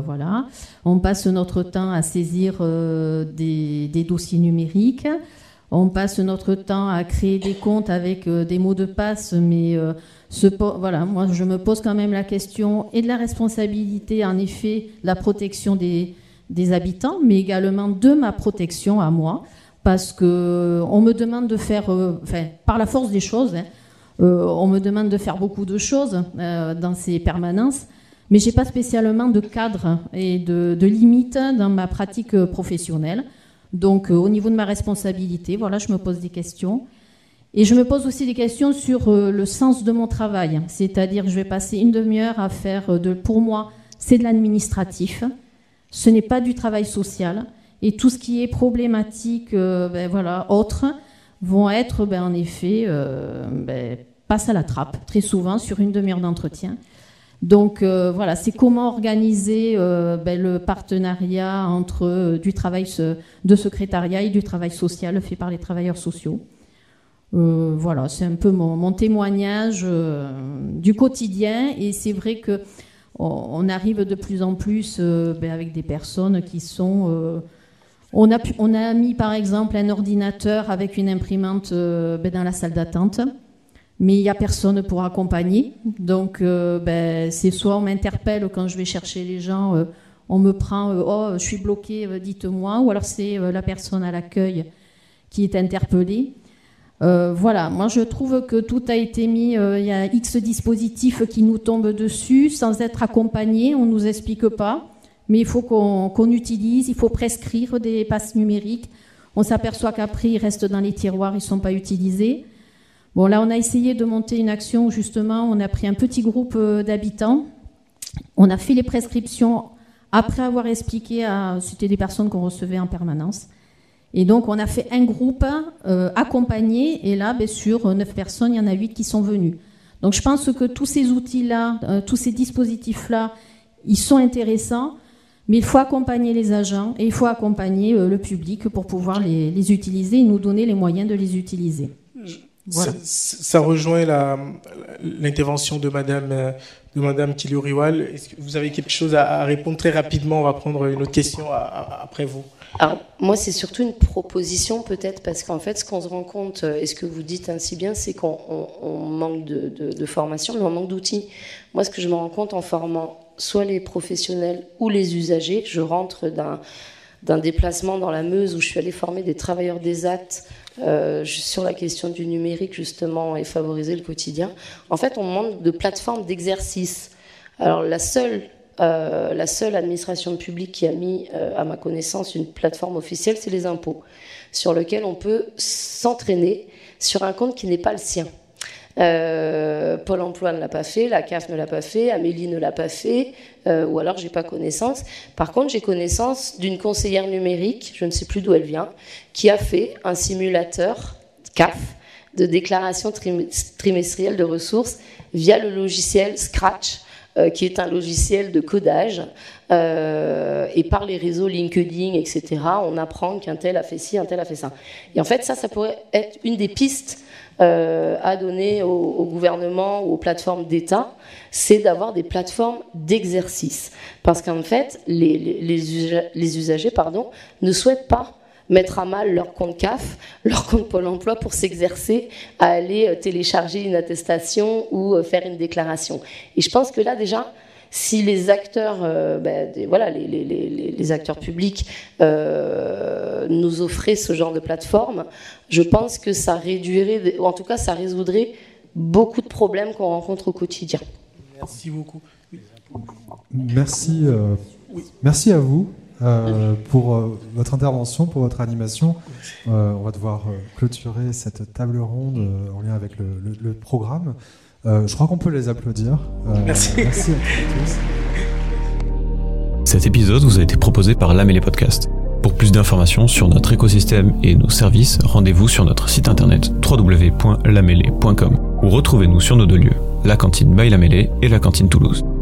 On passe notre temps à saisir des dossiers numériques. On passe notre temps à créer des comptes avec des mots de passe, mais moi je me pose quand même la question et de la responsabilité, en effet, la protection des habitants, mais également de ma protection à moi, parce qu'on me demande de faire, par la force des choses, on me demande de faire beaucoup de choses dans ces permanences, mais je n'ai pas spécialement de cadre et de limites dans ma pratique professionnelle. Donc, au niveau de ma responsabilité, je me pose des questions. Et je me pose aussi des questions sur le sens de mon travail. C'est-à-dire que je vais passer une demi-heure à faire, pour moi, c'est de l'administratif. Ce n'est pas du travail social. Et tout ce qui est problématique, autres, vont être, en effet, passe à la trappe, très souvent, sur une demi-heure d'entretien. Donc c'est comment organiser le partenariat entre du travail de secrétariat et du travail social fait par les travailleurs sociaux. Voilà, c'est un peu mon témoignage du quotidien. Et c'est vrai que on arrive de plus en plus avec des personnes qui sont... On a mis par exemple un ordinateur avec une imprimante dans la salle d'attente, mais il n'y a personne pour accompagner. Donc c'est soit on m'interpelle quand je vais chercher les gens, on me prend, oh je suis bloqué, dites-moi, ou alors c'est la personne à l'accueil qui est interpellée. Voilà, moi je trouve que tout a été mis, il y a X dispositifs qui nous tombent dessus sans être accompagnés, on ne nous explique pas, mais il faut qu'on utilise, il faut prescrire des passes numériques. On s'aperçoit qu'après ils restent dans les tiroirs, ils ne sont pas utilisés. Bon là on a essayé de monter une action où justement on a pris un petit groupe d'habitants, on a fait les prescriptions après avoir expliqué c'était des personnes qu'on recevait en permanence. Et donc, on a fait un groupe accompagné. Et là, sur 9 personnes, il y en a 8 qui sont venus. Donc, je pense que tous ces outils-là, tous ces dispositifs-là, ils sont intéressants. Mais il faut accompagner les agents et il faut accompagner le public pour pouvoir les utiliser et nous donner les moyens de les utiliser. Voilà. Ça rejoint l'intervention de Madame Kiliouriwal. Est-ce que vous avez quelque chose à répondre très rapidement? On va prendre une autre question après vous. Alors, moi, c'est surtout une proposition, peut-être, parce qu'en fait, ce qu'on se rend compte, et ce que vous dites ainsi bien, c'est qu'on manque de formation, mais on manque d'outils. Moi, ce que je me rends compte en formant soit les professionnels ou les usagers, je rentre d'un déplacement dans la Meuse où je suis allée former des travailleurs des actes sur la question du numérique, justement, et favoriser le quotidien. En fait, on manque de plateformes d'exercice. Alors, la seule administration publique qui a mis, à ma connaissance, une plateforme officielle, c'est les impôts, sur lequel on peut s'entraîner sur un compte qui n'est pas le sien. Pôle emploi ne l'a pas fait, la CAF ne l'a pas fait, Amélie ne l'a pas fait, ou alors j'ai pas connaissance. Par contre, j'ai connaissance d'une conseillère numérique, je ne sais plus d'où elle vient, qui a fait un simulateur CAF de déclaration trimestrielle de ressources via le logiciel Scratch, qui est un logiciel de codage, et par les réseaux LinkedIn, etc., on apprend qu'un tel a fait ci, un tel a fait ça. Et en fait, ça pourrait être une des pistes à donner au gouvernement ou aux plateformes d'État, c'est d'avoir des plateformes d'exercice. Parce qu'en fait, les usagers ne souhaitent pas mettre à mal leur compte CAF, leur compte Pôle emploi pour s'exercer à aller télécharger une attestation ou faire une déclaration. Et je pense que là, déjà, si les acteurs, les acteurs publics nous offraient ce genre de plateforme, je pense que ça réduirait, ou en tout cas, ça résoudrait beaucoup de problèmes qu'on rencontre au quotidien. Merci beaucoup. Merci à vous. Pour votre intervention, pour votre animation. On va devoir clôturer cette table ronde en lien avec le programme. Je crois qu'on peut les applaudir. Merci. Merci à tous. Cet épisode vous a été proposé par l'Amélé Podcast. Pour plus d'informations sur notre écosystème et nos services, rendez-vous sur notre site internet www.lamélé.com ou retrouvez-nous sur nos 2 lieux, la cantine by Lamélé et la cantine Toulouse.